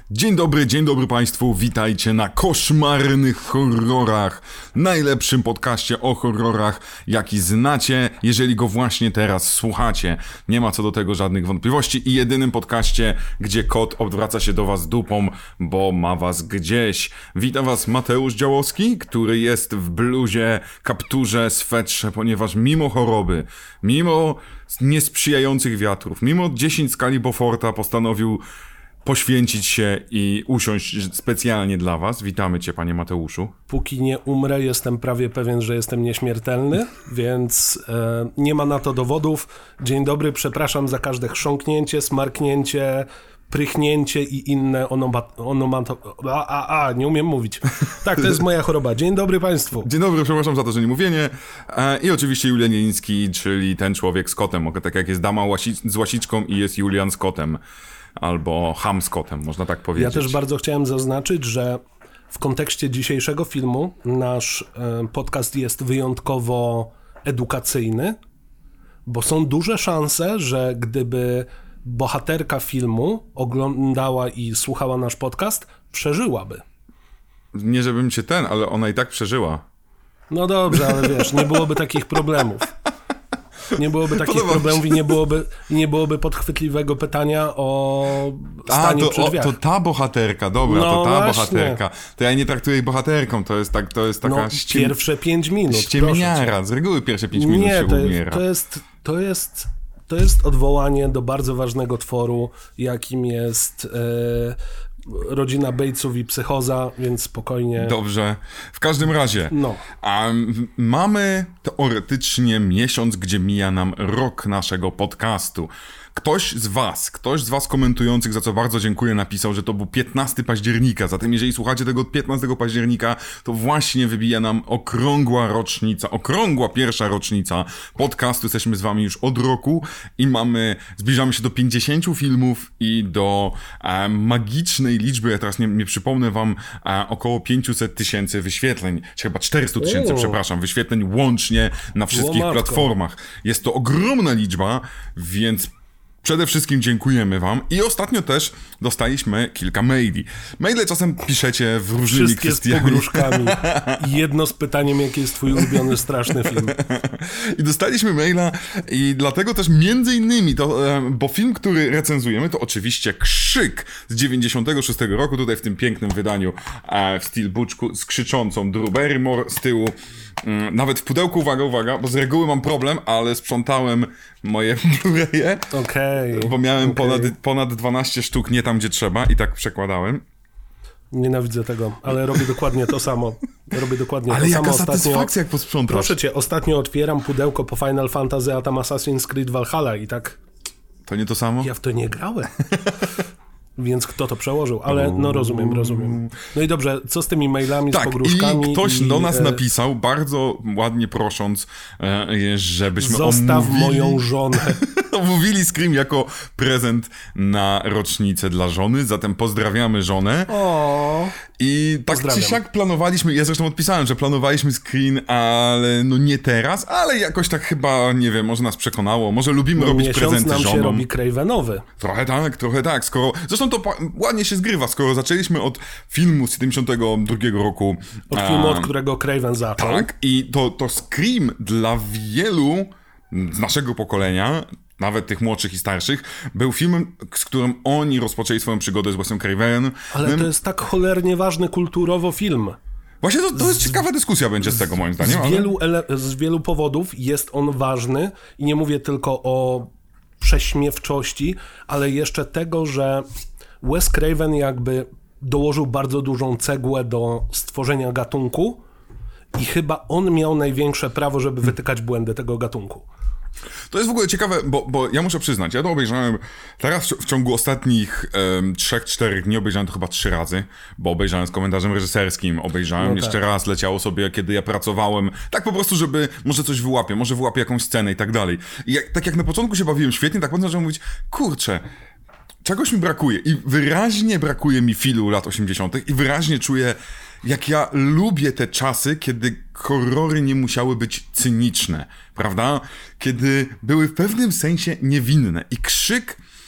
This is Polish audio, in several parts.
Dzień dobry Państwu, witajcie na Koszmarnych Horrorach, najlepszym podcaście o horrorach, jaki znacie, jeżeli go właśnie teraz słuchacie. Nie ma co do tego żadnych wątpliwości i jedynym podcaście, gdzie kot odwraca się do was dupą, bo ma was gdzieś. Wita was Mateusz Działowski, który jest w bluzie, kapturze, swetrze, ponieważ mimo choroby, mimo niesprzyjających wiatrów, mimo 10 skali Beauforta postanowił poświęcić się i usiąść specjalnie dla was. Witamy cię, panie Mateuszu. Póki nie umrę, jestem prawie pewien, że jestem nieśmiertelny, więc nie ma na to dowodów. Dzień dobry, przepraszam za każde chrząknięcie, smarknięcie, prychnięcie i inne nie umiem mówić. Tak, to jest moja choroba. Dzień dobry państwu. Dzień dobry, przepraszam za to, że nie mówienie. I oczywiście Julian Jeliński, czyli ten człowiek z kotem. Tak jak jest dama z łasiczką i jest Julian z kotem. Albo Ham z kotem, można tak powiedzieć. Ja też bardzo chciałem zaznaczyć, że w kontekście dzisiejszego filmu nasz podcast jest wyjątkowo edukacyjny, bo są duże szanse, że gdyby bohaterka filmu oglądała i słuchała nasz podcast, przeżyłaby. Nie żebym cię ale ona i tak przeżyła. No dobrze, ale wiesz, nie byłoby takich problemów. Nie byłoby takich problemów i nie byłoby podchwytliwego pytania o stanie przy drzwiach. To ta bohaterka, dobra, to ta właśnie. Bohaterka. To ja nie traktuję jej bohaterką, to jest taka pierwsze 5 minut, ściemniara, z reguły pierwsze 5 minut się umiera. To jest odwołanie do bardzo ważnego tworu, jakim jest rodzina Batesów i Psychoza, więc spokojnie. Dobrze. W każdym razie mamy teoretycznie miesiąc, gdzie mija nam rok naszego podcastu. Ktoś z was komentujących, za co bardzo dziękuję, napisał, że to był 15 października. Zatem jeżeli słuchacie tego 15 października, to właśnie wybija nam okrągła pierwsza rocznica podcastu. Jesteśmy z wami już od roku i zbliżamy się do 50 filmów i do magicznej liczby, ja teraz nie przypomnę wam, około 500 000 wyświetleń, czy chyba 400 000, wyświetleń łącznie na wszystkich platformach. Jest to ogromna liczba, więc przede wszystkim dziękujemy wam i ostatnio też dostaliśmy kilka maili. Maile czasem piszecie w różnymi kwestiami. Wszystkie z pogróżkami. Jedno z pytaniem, jaki jest twój ulubiony straszny film. I dostaliśmy maila i dlatego też między innymi bo film, który recenzujemy, to oczywiście Krzyk z 96 roku, tutaj w tym pięknym wydaniu w steelbooku z krzyczącą Drew Barrymore z tyłu. Nawet w pudełku, uwaga, bo z reguły mam problem, ale sprzątałem moje Blu-raye, bo miałem ponad 12 sztuk nie tam, gdzie trzeba i tak przekładałem. Nienawidzę tego, ale robię dokładnie to samo. Ale jaka satysfakcja, jak posprzątasz. Proszę cię, ostatnio otwieram pudełko po Final Fantasy, a tam Assassin's Creed Valhalla i tak... To nie to samo? Ja w to nie grałem. Więc kto to przełożył? Ale rozumiem. No i dobrze, co z tymi mailami, z pogróżkami? I ktoś do nas napisał, bardzo ładnie prosząc, żebyśmy Zostaw moją żonę. Omówili Scream jako prezent na rocznicę dla żony, zatem pozdrawiamy żonę. I tak czy siak planowaliśmy, ja zresztą odpisałem, że planowaliśmy screen, ale nie teraz, ale jakoś tak chyba, nie wiem, może nas przekonało, może lubimy robić prezenty żonom. Miesiąc nam się robi Cravenowy. Trochę tak, zresztą to ładnie się zgrywa, skoro zaczęliśmy od filmu z 72 roku. Od filmu, od którego Craven zaczął. Tak, i to Scream dla wielu z naszego pokolenia, nawet tych młodszych i starszych, był filmem, z którym oni rozpoczęli swoją przygodę z Wesem Cravenem. Ale to jest tak cholernie ważny kulturowo film. Właśnie to jest ciekawa dyskusja będzie z tego, moim zdaniem. Z wielu powodów jest on ważny i nie mówię tylko o prześmiewczości, ale jeszcze tego, że Wes Craven jakby dołożył bardzo dużą cegłę do stworzenia gatunku i chyba on miał największe prawo, żeby wytykać błędy tego gatunku. To jest w ogóle ciekawe, bo ja muszę przyznać, ja to obejrzałem teraz w ciągu ostatnich 3-4 dni, obejrzałem to chyba 3 razy, bo obejrzałem z komentarzem reżyserskim, jeszcze raz, leciało sobie, kiedy ja pracowałem, tak po prostu, żeby może coś może wyłapię jakąś scenę i tak dalej. I tak jak na początku się bawiłem świetnie, tak potem zacząłem mówić, kurczę, czegoś mi brakuje i wyraźnie brakuje mi filu lat 80. i wyraźnie czuję, jak ja lubię te czasy, kiedy horrory nie musiały być cyniczne, prawda? Kiedy były w pewnym sensie niewinne. I Krzyk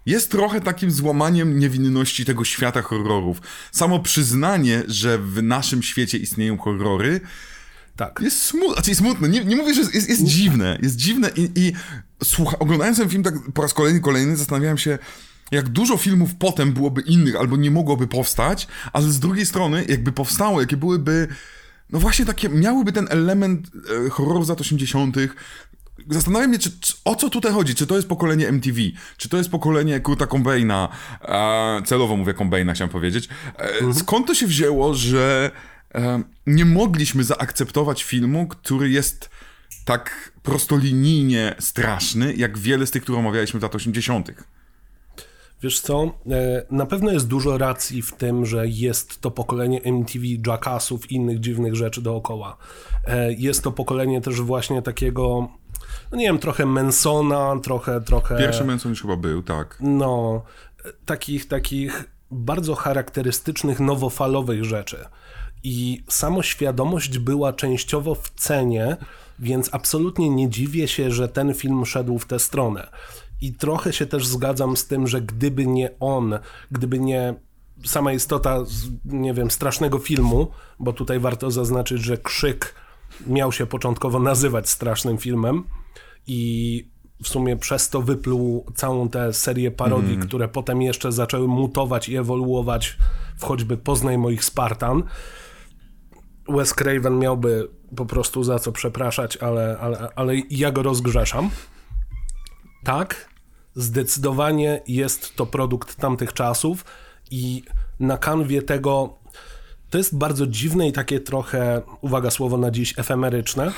jest trochę takim złamaniem niewinności tego świata horrorów. Samo przyznanie, że w naszym świecie istnieją horrory, Tak. jest smutne. Nie mówię, że jest dziwne. Jest dziwne i oglądając ten film tak po raz kolejny zastanawiałem się, jak dużo filmów potem byłoby innych, albo nie mogłoby powstać, ale z drugiej strony, jakby powstało, jakie byłyby, no właśnie takie, miałyby ten element horroru z lat 80. Zastanawiam się, o co tutaj chodzi. Czy to jest pokolenie MTV? Czy to jest pokolenie Kurta Cobaina? Celowo mówię Cobaina, chciałem powiedzieć. Skąd to się wzięło, że nie mogliśmy zaakceptować filmu, który jest tak prostolinijnie straszny, jak wiele z tych, które omawialiśmy w latach 80. Wiesz co, na pewno jest dużo racji w tym, że jest to pokolenie MTV, Jackassów i innych dziwnych rzeczy dookoła. Jest to pokolenie też właśnie takiego, no nie wiem, trochę Mansona, trochę... Pierwszy Manson już chyba był, tak. No, takich bardzo charakterystycznych, nowofalowych rzeczy. I samoświadomość była częściowo w cenie, więc absolutnie nie dziwię się, że ten film szedł w tę stronę. I trochę się też zgadzam z tym, że gdyby nie on, gdyby nie sama istota, nie wiem, strasznego filmu, bo tutaj warto zaznaczyć, że Krzyk miał się początkowo nazywać strasznym filmem i w sumie przez to wypluł całą tę serię parodii, które potem jeszcze zaczęły mutować i ewoluować w choćby Poznaj moich Spartan. Wes Craven miałby po prostu za co przepraszać, ale ja go rozgrzeszam. Tak, zdecydowanie jest to produkt tamtych czasów i na kanwie tego to jest bardzo dziwne i takie trochę, uwaga słowo na dziś, efemeryczne,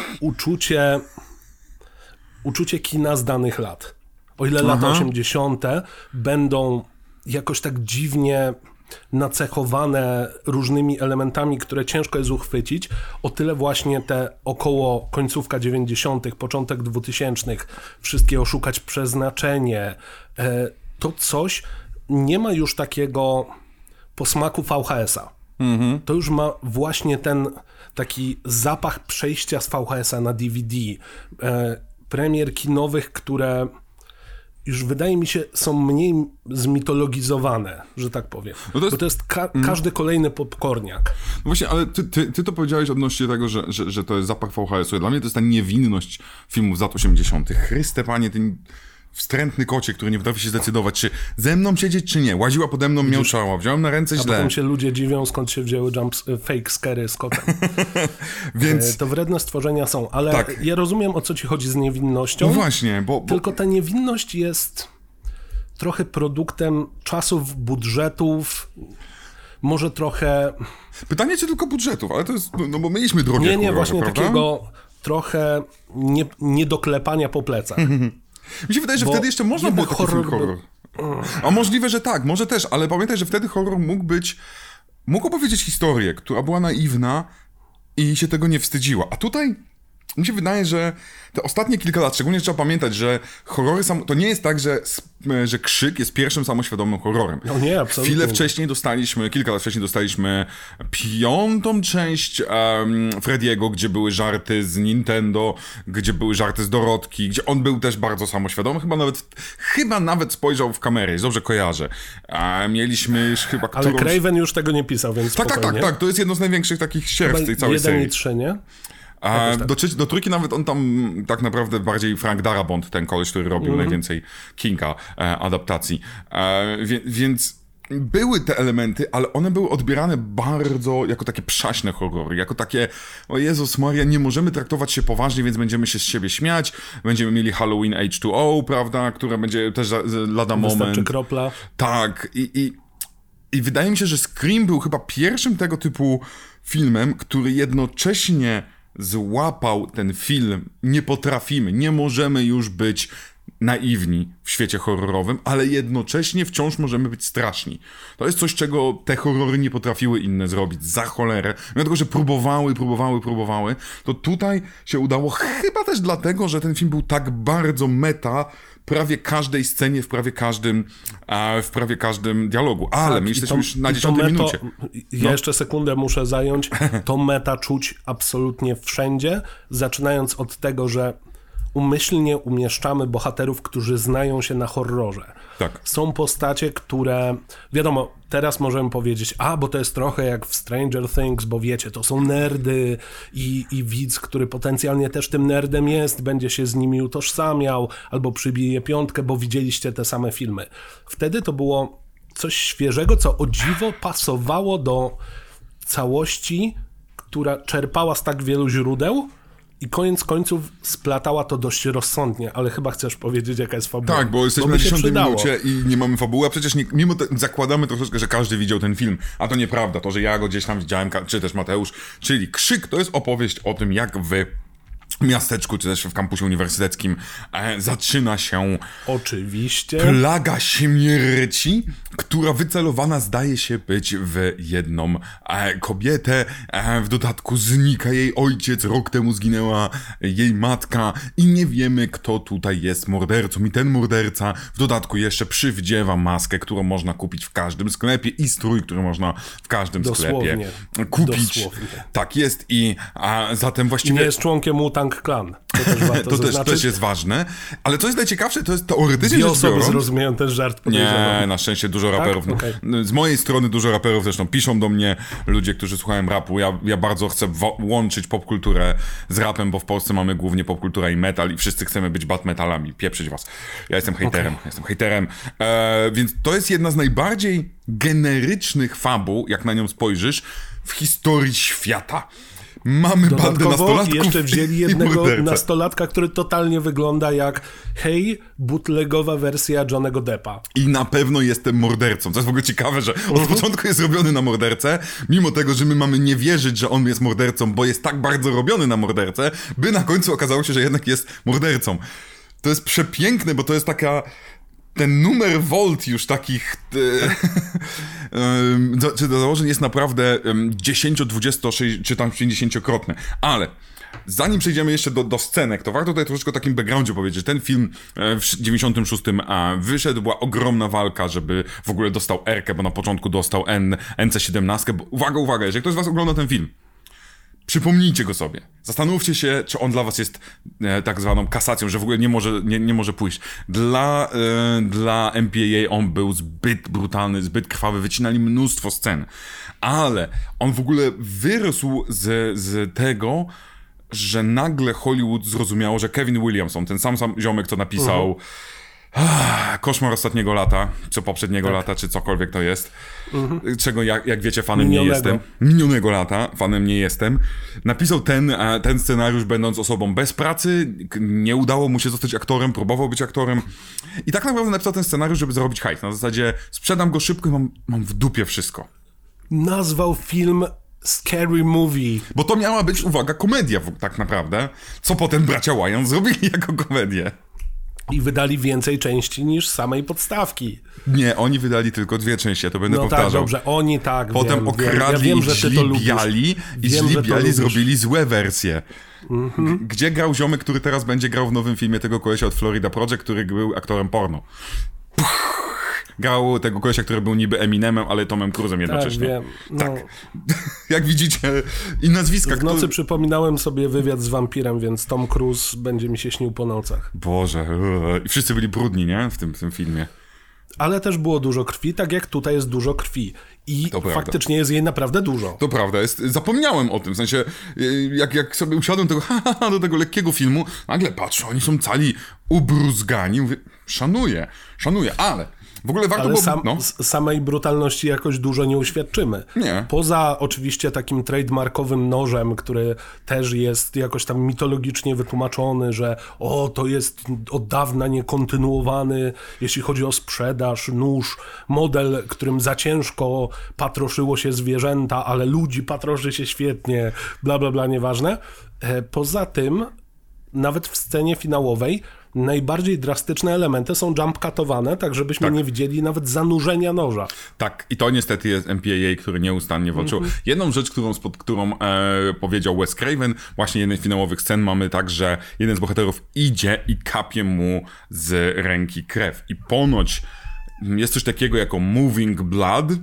uczucie kina z danych lat. O ile lata 80. będą jakoś tak dziwnie nacechowane różnymi elementami, które ciężko jest uchwycić, o tyle właśnie te około końcówka 90., początek 2000, wszystkie Oszukać przeznaczenie, to coś nie ma już takiego posmaku VHS-a. To już ma właśnie ten taki zapach przejścia z VHS-a na DVD. Premier kinowych, które już wydaje mi się są mniej zmitologizowane, że tak powiem. No to jest... Bo to jest każdy kolejny popcorniak. No właśnie, ale ty to powiedziałeś odnośnie tego, że to jest zapach VHS-u. Dla mnie to jest ta niewinność filmów z lat 80. Chryste panie, ten wstrętny kocie, który nie potrafi się zdecydować, czy ze mną siedzieć, czy nie. Łaziła pode mną, miauczała, wziąłem na ręce źle. A potem się ludzie dziwią, skąd się wzięły fake scary z kotem. Więc... To wredne stworzenia są, ale tak. Ja rozumiem, o co ci chodzi z niewinnością. No właśnie, bo... Tylko ta niewinność jest trochę produktem czasów, budżetów, może trochę... Pytanie, czy tylko budżetów, ale to jest, no bo mieliśmy drogie Nie, horrory, właśnie prawda? takiego trochę niedoklepania po plecach. Mi się wydaje, że wtedy jeszcze można było taki horror. A możliwe, że tak, może też, ale pamiętaj, że wtedy horror mógł opowiedzieć historię, która była naiwna i się tego nie wstydziła. A tutaj mi się wydaje, że te ostatnie kilka lat, szczególnie trzeba pamiętać, że horrory to nie jest tak, że Krzyk jest pierwszym samoświadomym horrorem. No nie, absolutnie. Kilka lat wcześniej dostaliśmy 5. część Frediego, gdzie były żarty z Nintendo, gdzie były żarty z Dorotki, gdzie on był też bardzo samoświadomy, chyba nawet spojrzał w kamerę, dobrze kojarzę. Mieliśmy już chyba Ale Craven już tego nie pisał, więc tak, to jest jedno z największych takich sierp w tej całej serii. 1 i 3, nie? Do 3 nawet on tam tak naprawdę bardziej Frank Darabont, ten koleś, który robił najwięcej Kinga adaptacji. Więc były te elementy, ale one były odbierane bardzo jako takie przaśne horrory, jako takie, o Jezus Maria, nie możemy traktować się poważnie, więc będziemy się z siebie śmiać, będziemy mieli Halloween H2O, prawda, która będzie też lada moment. Wystarczy kropla. Tak, i wydaje mi się, że Scream był chyba pierwszym tego typu filmem, który jednocześnie złapał ten film, nie możemy już być naiwni w świecie horrorowym, ale jednocześnie wciąż możemy być straszni. To jest coś, czego te horrory nie potrafiły inne zrobić, za cholerę. Mimo tego, że próbowały, to tutaj się udało chyba też dlatego, że ten film był tak bardzo meta, prawie każdej scenie, w prawie każdym dialogu. Ale my jesteśmy już na 10 minucie. Ja jeszcze sekundę muszę zająć. To meta czuć absolutnie wszędzie, zaczynając od tego, że umyślnie umieszczamy bohaterów, którzy znają się na horrorze. Tak. Są postacie, które, wiadomo, teraz możemy powiedzieć, bo to jest trochę jak w Stranger Things, bo wiecie, to są nerdy i widz, który potencjalnie też tym nerdem jest, będzie się z nimi utożsamiał, albo przybije piątkę, bo widzieliście te same filmy. Wtedy to było coś świeżego, co o dziwo pasowało do całości, która czerpała z tak wielu źródeł i koniec końców splatała to dość rozsądnie, ale chyba chcesz powiedzieć, jaka jest fabuła. Tak, bo jesteśmy na 10 minucie i nie mamy fabuły, a przecież mimo to zakładamy troszeczkę, że każdy widział ten film, a to nieprawda, to, że ja go gdzieś tam widziałem, czy też Mateusz, czyli Krzyk to jest opowieść o tym, jak w miasteczku, czy też w kampusie uniwersyteckim zaczyna się oczywiście plaga śmierci, która wycelowana zdaje się być w jedną kobietę. W dodatku znika jej ojciec, rok temu zginęła jej matka i nie wiemy, kto tutaj jest mordercą. I ten morderca w dodatku jeszcze przywdziewa maskę, którą można kupić w każdym sklepie i strój, który można w każdym sklepie kupić. Dosłownie. Tak jest i zatem właściwie... I nie jest członkiem Wu-Tang Clan. To też warto to też jest ważne. Ale co jest najciekawsze, to jest teoretycznie rzecz biorąc... Dwie osoby zrozumieją ten żart, podejrzewam. Nie, na szczęście dużo raperów. Tak? Okay. Z mojej strony dużo raperów zresztą piszą do mnie ludzie, którzy słuchają rapu. Ja bardzo chcę łączyć popkulturę z rapem, bo w Polsce mamy głównie popkulturę i metal i wszyscy chcemy być batmetalami. Pieprzyć was. Ja jestem hejterem. Więc to jest jedna z najbardziej generycznych fabuł, jak na nią spojrzysz, w historii świata. Mamy bandę nastolatków jeszcze wzięli jednego nastolatka, który totalnie wygląda jak bootlegowa wersja Johnnego Deppa. I na pewno jestem mordercą. To jest w ogóle ciekawe, że od początku jest robiony na mordercę, mimo tego, że my mamy nie wierzyć, że on jest mordercą, bo jest tak bardzo robiony na mordercę, by na końcu okazało się, że jednak jest mordercą. To jest przepiękne, bo to jest taka... Ten numer volt już takich czy do założeń jest naprawdę 10, 20 czy tam 50-krotny. Ale zanim przejdziemy jeszcze do scenek, to warto tutaj troszeczkę o takim backgroundzie powiedzieć. Ten film w 96 wyszedł, była ogromna walka, żeby w ogóle dostał R-kę, bo na początku dostał NC-17. Bo, uwaga, jeżeli ktoś z was ogląda ten film, przypomnijcie go sobie. Zastanówcie się, czy on dla was jest tak zwaną kasacją, że w ogóle nie może pójść. Dla MPAA on był zbyt brutalny, zbyt krwawy, wycinali mnóstwo scen. Ale on w ogóle wyrósł z tego, że nagle Hollywood zrozumiało, że Kevin Williamson, ten sam ziomek, co napisał Koszmar ostatniego lata, czy poprzedniego lata, czy cokolwiek to jest, czego jak wiecie fanem nie jestem. Minionego lata fanem nie jestem. Napisał ten scenariusz będąc osobą bez pracy, nie udało mu się zostać aktorem, próbował być aktorem i tak naprawdę napisał ten scenariusz, żeby zarobić hajs. Na zasadzie sprzedam go szybko i mam w dupie wszystko. Nazwał film Scary Movie. Bo to miała być, uwaga, komedia tak naprawdę, co potem bracia Wayans zrobili jako komedię. I wydali więcej części niż samej podstawki. Nie, oni wydali tylko 2 części, ja to będę powtarzał. Tak, dobrze, oni tak. Potem okradli i żlibiali, zrobili złe wersje. Gdzie grał ziomek, który teraz będzie grał w nowym filmie tego kolesia od Florida Project, który był aktorem porno. Grał tego kolesia, który był niby Eminemem, ale Tomem Cruise'em jednocześnie. Tak, wiem. Tak. Jak widzicie, i nazwiska... W nocy przypominałem sobie wywiad z wampirem, więc Tom Cruise będzie mi się śnił po nocach. Boże, i wszyscy byli brudni, nie? W tym filmie. Ale też było dużo krwi, tak jak tutaj jest dużo krwi. I faktycznie jest jej naprawdę dużo. To prawda, zapomniałem o tym, w sensie jak sobie usiadłem do tego lekkiego filmu, nagle patrzę, oni są cali ubruzgani, mówię, szanuję, ale... W ogóle warto było... samej brutalności jakoś dużo nie uświadczymy. Nie. Poza oczywiście takim trademarkowym nożem, który też jest jakoś tam mitologicznie wytłumaczony, że to jest od dawna niekontynuowany, jeśli chodzi o sprzedaż, nóż, model, którym za ciężko patroszyło się zwierzęta, ale ludzi patroszy się świetnie, bla, bla, bla, nieważne. Poza tym, nawet w scenie finałowej, najbardziej drastyczne elementy są jump-cutowane, tak żebyśmy nie widzieli nawet zanurzenia noża. Tak, i to niestety jest MPAA, który nieustannie walczył. Jedną rzecz, którą powiedział Wes Craven, właśnie jednej z finałowych scen mamy tak, że jeden z bohaterów idzie i kapie mu z ręki krew. I ponoć jest coś takiego jako moving blood,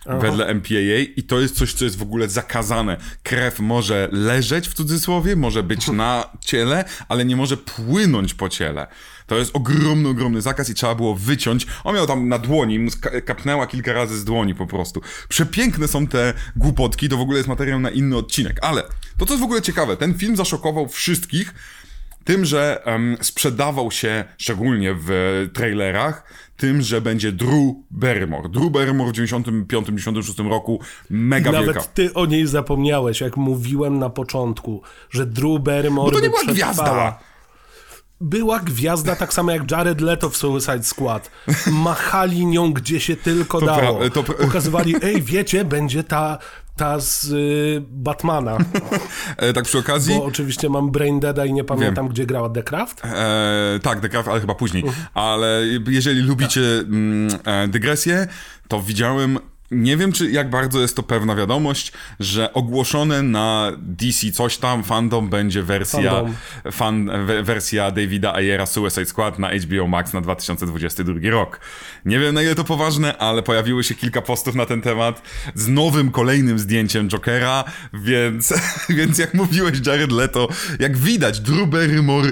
wedle MPAA i to jest coś, co jest w ogóle zakazane. Krew może leżeć w cudzysłowie, może być na ciele, ale nie może płynąć po ciele. To jest ogromny zakaz i trzeba było wyciąć. On miał tam na dłoni, mu kapnęła kilka razy z dłoni po prostu. Przepiękne są te głupotki, to w ogóle jest materiał na inny odcinek. Ale to, co jest w ogóle ciekawe, ten film zaszokował wszystkich tym, że sprzedawał się, szczególnie w trailerach, tym, że będzie Drew Barrymore. Drew Barrymore w 95-96 roku mega wielka. Nawet ty o niej zapomniałeś, jak mówiłem na początku, że Drew Barrymore Bo to nie była gwiazda. Była gwiazda tak samo jak Jared Leto w Suicide Squad. Machali nią gdzie się tylko dało. Pokazywali, wiecie, będzie ta z Batmana. Tak przy okazji... Bo oczywiście mam Brain Deada i nie pamiętam, gdzie grała The Craft. Tak, The Craft, ale chyba później. Ale jeżeli lubicie dygresję, to widziałem... Nie wiem, czy jak bardzo jest to pewna wiadomość, że ogłoszone na DC coś tam, fandom będzie wersja Davida Ayera Suicide Squad na HBO Max na 2022 rok. Nie wiem, na ile to poważne, ale pojawiły się kilka postów na ten temat z nowym, kolejnym zdjęciem Jokera, więc jak mówiłeś, Jared Leto, jak widać, Drew Barrymore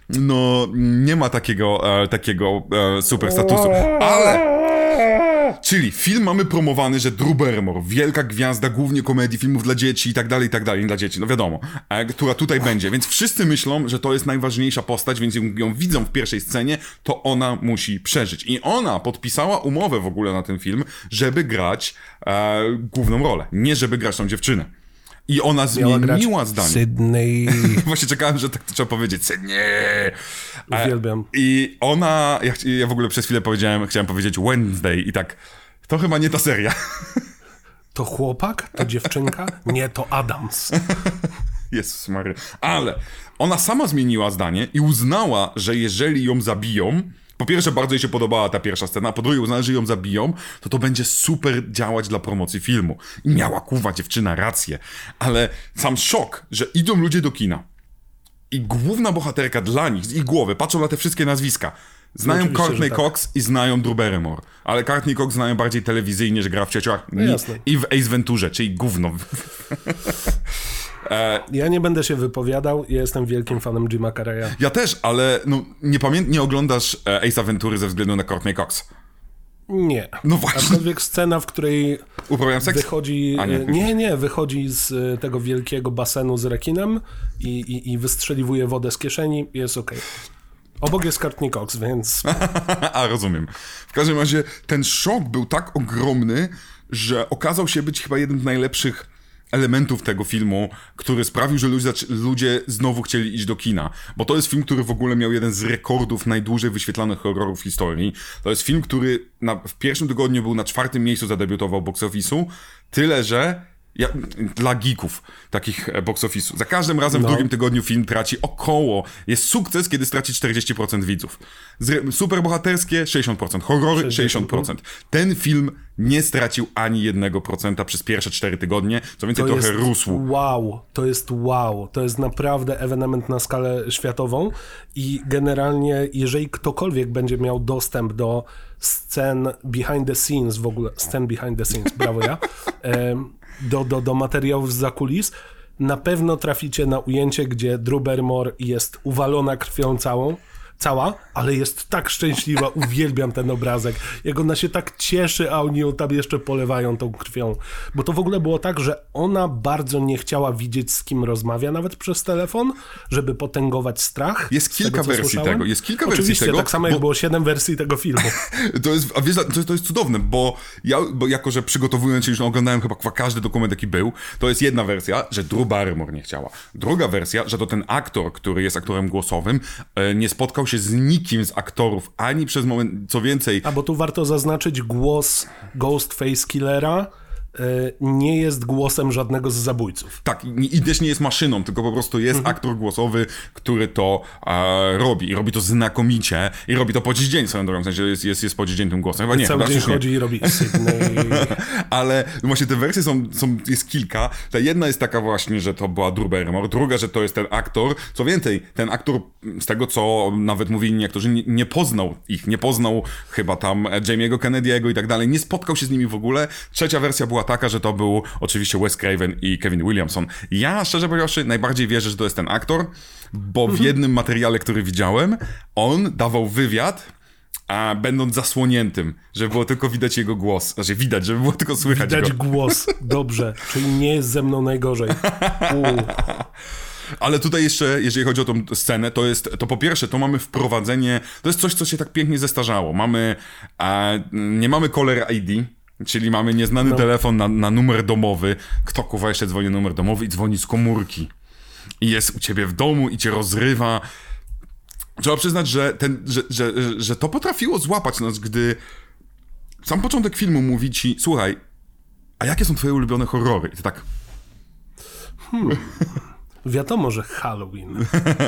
nie ma takiego super statusu, ale... Czyli film mamy promowany, że Drew Barrymore, wielka gwiazda, głównie komedii, filmów dla dzieci i tak dalej, nie dla dzieci, wiadomo, która tutaj będzie, więc wszyscy myślą, że to jest najważniejsza postać, więc ją widzą w pierwszej scenie, to ona musi przeżyć. I ona podpisała umowę w ogóle na ten film, żeby grać główną rolę, nie żeby grać tą dziewczynę. I ona zmieniła zdanie. Sydney. Właśnie czekałem, że tak to trzeba powiedzieć. Sydney. Uwielbiam. I ona, ja w ogóle przez chwilę chciałem powiedzieć Wednesday i tak, to chyba nie ta seria. To chłopak? To dziewczynka? Nie, to Adams. Jezus Maria. Ale ona sama zmieniła zdanie i uznała, że jeżeli ją zabiją, po pierwsze bardzo jej się podobała ta pierwsza scena, a po drugie uznała, że ją zabiją, to będzie super działać dla promocji filmu. I miała dziewczyna rację. Ale sam szok, że idą ludzie do kina i główna bohaterka dla nich, z ich głowy, patrzą na te wszystkie nazwiska. Znają Courtney Cox i znają Drew Barrymore. Ale Courtney Cox znają bardziej telewizyjnie, że gra w Przyjaciołach i w Ace Venturze, czyli gówno. Ja nie będę się wypowiadał, ja jestem wielkim fanem Jima Carreya. Ja też, ale nie oglądasz Ace'a Ventury ze względu na Courtney Cox. Nie. No właśnie. Aczkolwiek scena, w której uprawiam seks? Wychodzi... Nie, wychodzi z tego wielkiego basenu z rekinem i wystrzeliwuje wodę z kieszeni, jest okej. Obok jest Courtney Cox, więc... A, rozumiem. W każdym razie ten szok był tak ogromny, że okazał się być chyba jednym z najlepszych elementów tego filmu, który sprawił, że ludzie znowu chcieli iść do kina. Bo to jest film, który w ogóle miał jeden z rekordów najdłużej wyświetlanych horrorów w historii. To jest film, który w pierwszym tygodniu był na 4. miejscu, zadebiutował box office'u. Tyle, że dla geeków takich box office'u. Za każdym razem w drugim tygodniu film traci jest sukces, kiedy straci 40% widzów. Superbohaterskie 60%, horrory 60%. Ten film nie stracił ani 1% przez pierwsze 4 tygodnie, co więcej trochę rósł. To jest naprawdę ewenement na skalę światową i generalnie jeżeli ktokolwiek będzie miał dostęp do scen behind the scenes, w ogóle scen behind the scenes, brawo ja, do materiałów zza kulis, na pewno traficie na ujęcie, gdzie Drew Barrymore jest uwalona krwią cała, ale jest tak szczęśliwa, uwielbiam ten obrazek. Jak ona się tak cieszy, a oni ją tam jeszcze polewają tą krwią. Bo to w ogóle było tak, że ona bardzo nie chciała widzieć, z kim rozmawia, nawet przez telefon, żeby potęgować strach. Jest kilka wersji tego. Oczywiście, tak samo jak było 7 wersji tego filmu. To jest cudowne, bo jako, że przygotowując się już oglądałem chyba każdy dokument, jaki był, to jest jedna wersja, że Drew Barrymore nie chciała. Druga wersja, że to ten aktor, który jest aktorem głosowym, nie spotkał się z nikim z aktorów, ani przez moment, co więcej... Bo tu warto zaznaczyć, głos Ghostface Killera nie jest głosem żadnego z zabójców. Tak, i też nie jest maszyną, tylko po prostu jest aktor głosowy, który to robi. I robi to znakomicie. I robi to po dziś dzień, swoją drogą. W sensie jest po dziś dzień tym głosem. Chyba nie, cały dzień chodzi i robi Sydney. Ale właśnie te wersje jest kilka. Ta jedna jest taka właśnie, że to była Drew Barrymore. Druga, że to jest ten aktor. Co więcej, ten aktor, z tego co nawet mówili niektórzy, nie poznał ich. Nie poznał chyba tam Jamie'ego Kennedy'ego i tak dalej. Nie spotkał się z nimi w ogóle. Trzecia wersja była taka, że to był oczywiście Wes Craven i Kevin Williamson. Ja, szczerze powiedziawszy, najbardziej wierzę, że to jest ten aktor, bo w jednym materiale, który widziałem, on dawał wywiad, będąc zasłoniętym, żeby było tylko widać jego głos. Znaczy widać, żeby było tylko słychać Widać go. głos, dobrze. Czyli nie jest ze mną najgorzej. Ale tutaj jeszcze, jeżeli chodzi o tą scenę, to po pierwsze, to mamy wprowadzenie, to jest coś, co się tak pięknie zestarzało. Nie mamy caller ID, czyli mamy nieznany telefon na numer domowy. Kto kurwa jeszcze dzwoni na numer domowy i dzwoni z komórki. I jest u ciebie w domu i cię rozrywa. Trzeba przyznać, że to potrafiło złapać nas, gdy sam początek filmu mówi ci, słuchaj, a jakie są twoje ulubione horrory? I ty tak... Wiadomo, że Halloween.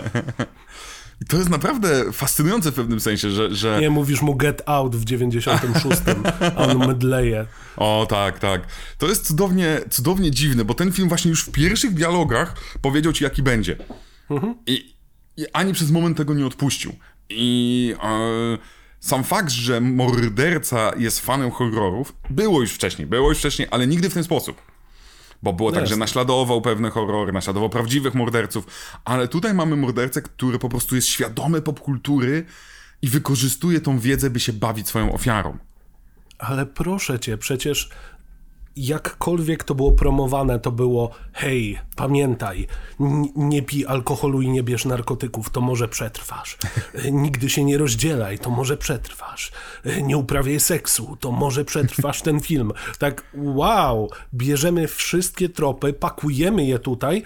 I to jest naprawdę fascynujące w pewnym sensie, że... Nie, mówisz mu Get Out w 96, a on mydleje. O, tak. To jest cudownie dziwne, bo ten film właśnie już w pierwszych dialogach powiedział ci, jaki będzie. I ani przez moment tego nie odpuścił. I sam fakt, że morderca jest fanem horrorów, było już wcześniej, ale nigdy w ten sposób. Bo było tak, że naśladował pewne horrory, naśladował prawdziwych morderców, ale tutaj mamy mordercę, który po prostu jest świadomy popkultury i wykorzystuje tą wiedzę, by się bawić swoją ofiarą. Ale proszę cię, przecież jakkolwiek to było promowane, to było hej, pamiętaj, nie pij alkoholu i nie bierz narkotyków, to może przetrwasz. Nigdy się nie rozdzielaj, to może przetrwasz. Nie uprawiaj seksu, to może przetrwasz ten film. Tak, wow, bierzemy wszystkie tropy, pakujemy je tutaj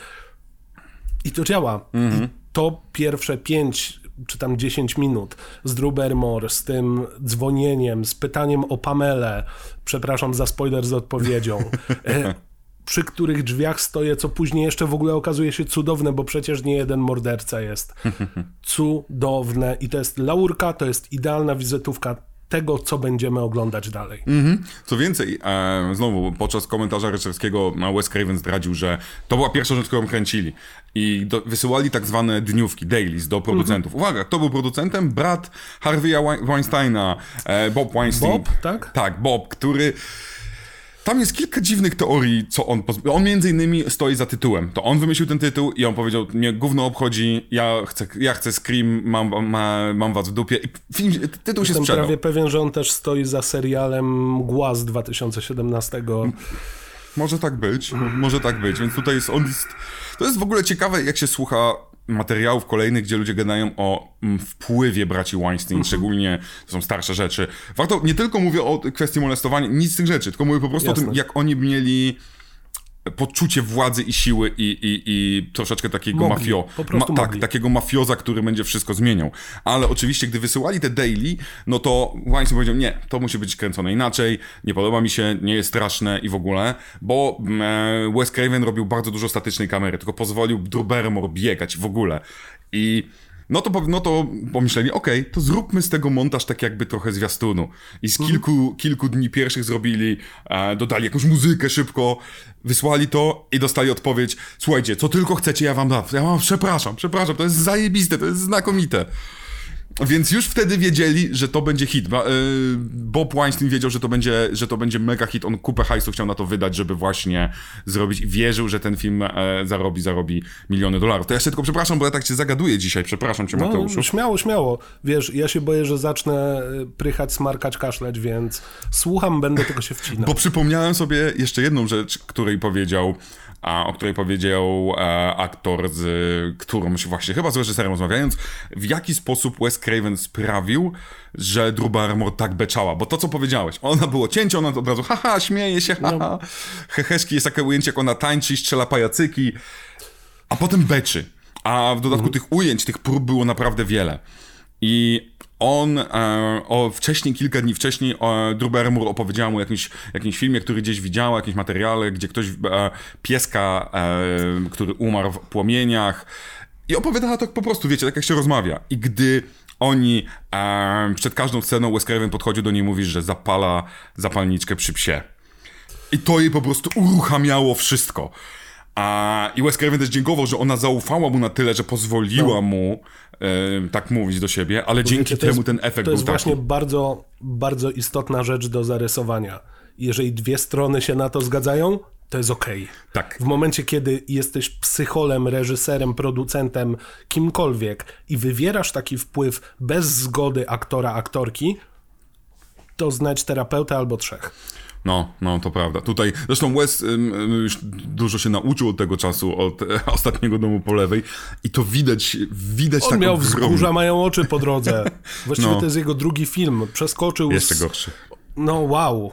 i to działa. I to pierwsze 5 czy tam 10 minut z Drew Barrymore, z tym dzwonieniem, z pytaniem o Pamelę, przepraszam za spoiler z odpowiedzią, przy których drzwiach stoję, co później jeszcze w ogóle okazuje się cudowne, bo przecież nie jeden morderca jest. Cudowne. I to jest laurka, to jest idealna wizytówka tego, co będziemy oglądać dalej. Co więcej, znowu podczas komentarza reżyserskiego Wes Craven zdradził, że to była pierwsza rzecz, którą kręcili. I wysyłali tak zwane dniówki, dailies do producentów. Uwaga, kto był producentem? Brat Harvey'a Weinsteina, Bob Weinstein. Bob, tak? Tak, Bob, który... Tam jest kilka dziwnych teorii, co on między innymi stoi za tytułem. To on wymyślił ten tytuł i on powiedział, mnie gówno obchodzi, ja chcę Scream, mam was w dupie. I tytuł się sprzedał. Jestem prawie pewien, że on też stoi za serialem Mgła z 2017. Może tak być, więc tutaj to jest w ogóle ciekawe, jak się słucha materiałów kolejnych, gdzie ludzie gadają o wpływie braci Weinstein, szczególnie to są starsze rzeczy. Warto, nie tylko mówię o kwestii molestowania, nic z tych rzeczy, tylko mówię po prostu o tym, jak oni mieli poczucie władzy i siły i troszeczkę takiego takiego mafioza, który będzie wszystko zmieniał. Ale oczywiście, gdy wysyłali te daily, no to Weinstein powiedział, nie, to musi być kręcone inaczej, nie podoba mi się, nie jest straszne i w ogóle, bo Wes Craven robił bardzo dużo statycznej kamery, tylko pozwolił Drew Barrymore biegać w ogóle. I no to pomyśleli, okej, to zróbmy z tego montaż tak jakby trochę zwiastunu. I z kilku dni pierwszych zrobili, dodali jakąś muzykę szybko, wysłali to i dostali odpowiedź, słuchajcie, co tylko chcecie, ja wam dam. Przepraszam, to jest zajebiste, to jest znakomite. Więc już wtedy wiedzieli, że to będzie hit. Bob Weinstein wiedział, że to będzie mega hit. On kupę hajsu chciał na to wydać, żeby właśnie zrobić i wierzył, że ten film zarobi miliony dolarów. To ja się tylko przepraszam, bo ja tak cię zagaduję dzisiaj. Przepraszam cię, Mateuszu. Śmiało. Wiesz, ja się boję, że zacznę prychać, smarkać, kaszleć, więc słucham, będę tylko się wcinał. Bo przypomniałem sobie jeszcze jedną rzecz, o której powiedział aktor, z którą się właśnie chyba z reżyserem rozmawiając, w jaki sposób Wes Craven sprawił, że Drew Barrymore tak beczała. Bo to, co powiedziałeś, ona było cięcie, ona od razu śmieje się, heheszki, jest takie ujęcie, jak ona tańczy i strzela pajacyki, a potem beczy. A w dodatku tych ujęć, tych prób było naprawdę wiele. I on wcześniej, kilka dni wcześniej, Drew Barrymore opowiedziała mu o jakimś filmie, który gdzieś widziała, jakimś materiale, gdzie ktoś pieska, który umarł w płomieniach i opowiadała tak po prostu, wiecie, tak jak się rozmawia. I gdy oni przed każdą sceną Wes Craven podchodził do niej i mówi, że zapala zapalniczkę przy psie. I to jej po prostu uruchamiało wszystko. I Wes Craven też dziękował, że ona zaufała mu na tyle, że pozwoliła mu tak mówić do siebie, ale dzięki temu ten efekt był taki. To jest właśnie bardzo, bardzo istotna rzecz do zarysowania. Jeżeli dwie strony się na to zgadzają, to jest okej. Tak. W momencie, kiedy jesteś psycholem, reżyserem, producentem, kimkolwiek i wywierasz taki wpływ bez zgody aktora, aktorki, to znajdź terapeutę albo trzech. No, to prawda. Tutaj, zresztą Wes już dużo się nauczył od tego czasu, od Ostatniego domu po lewej i to widać tak. On miał Wzgórza mają oczy po drodze. Właściwie to jest jego drugi film. Przeskoczył... Jeszcze gorszy. No wow.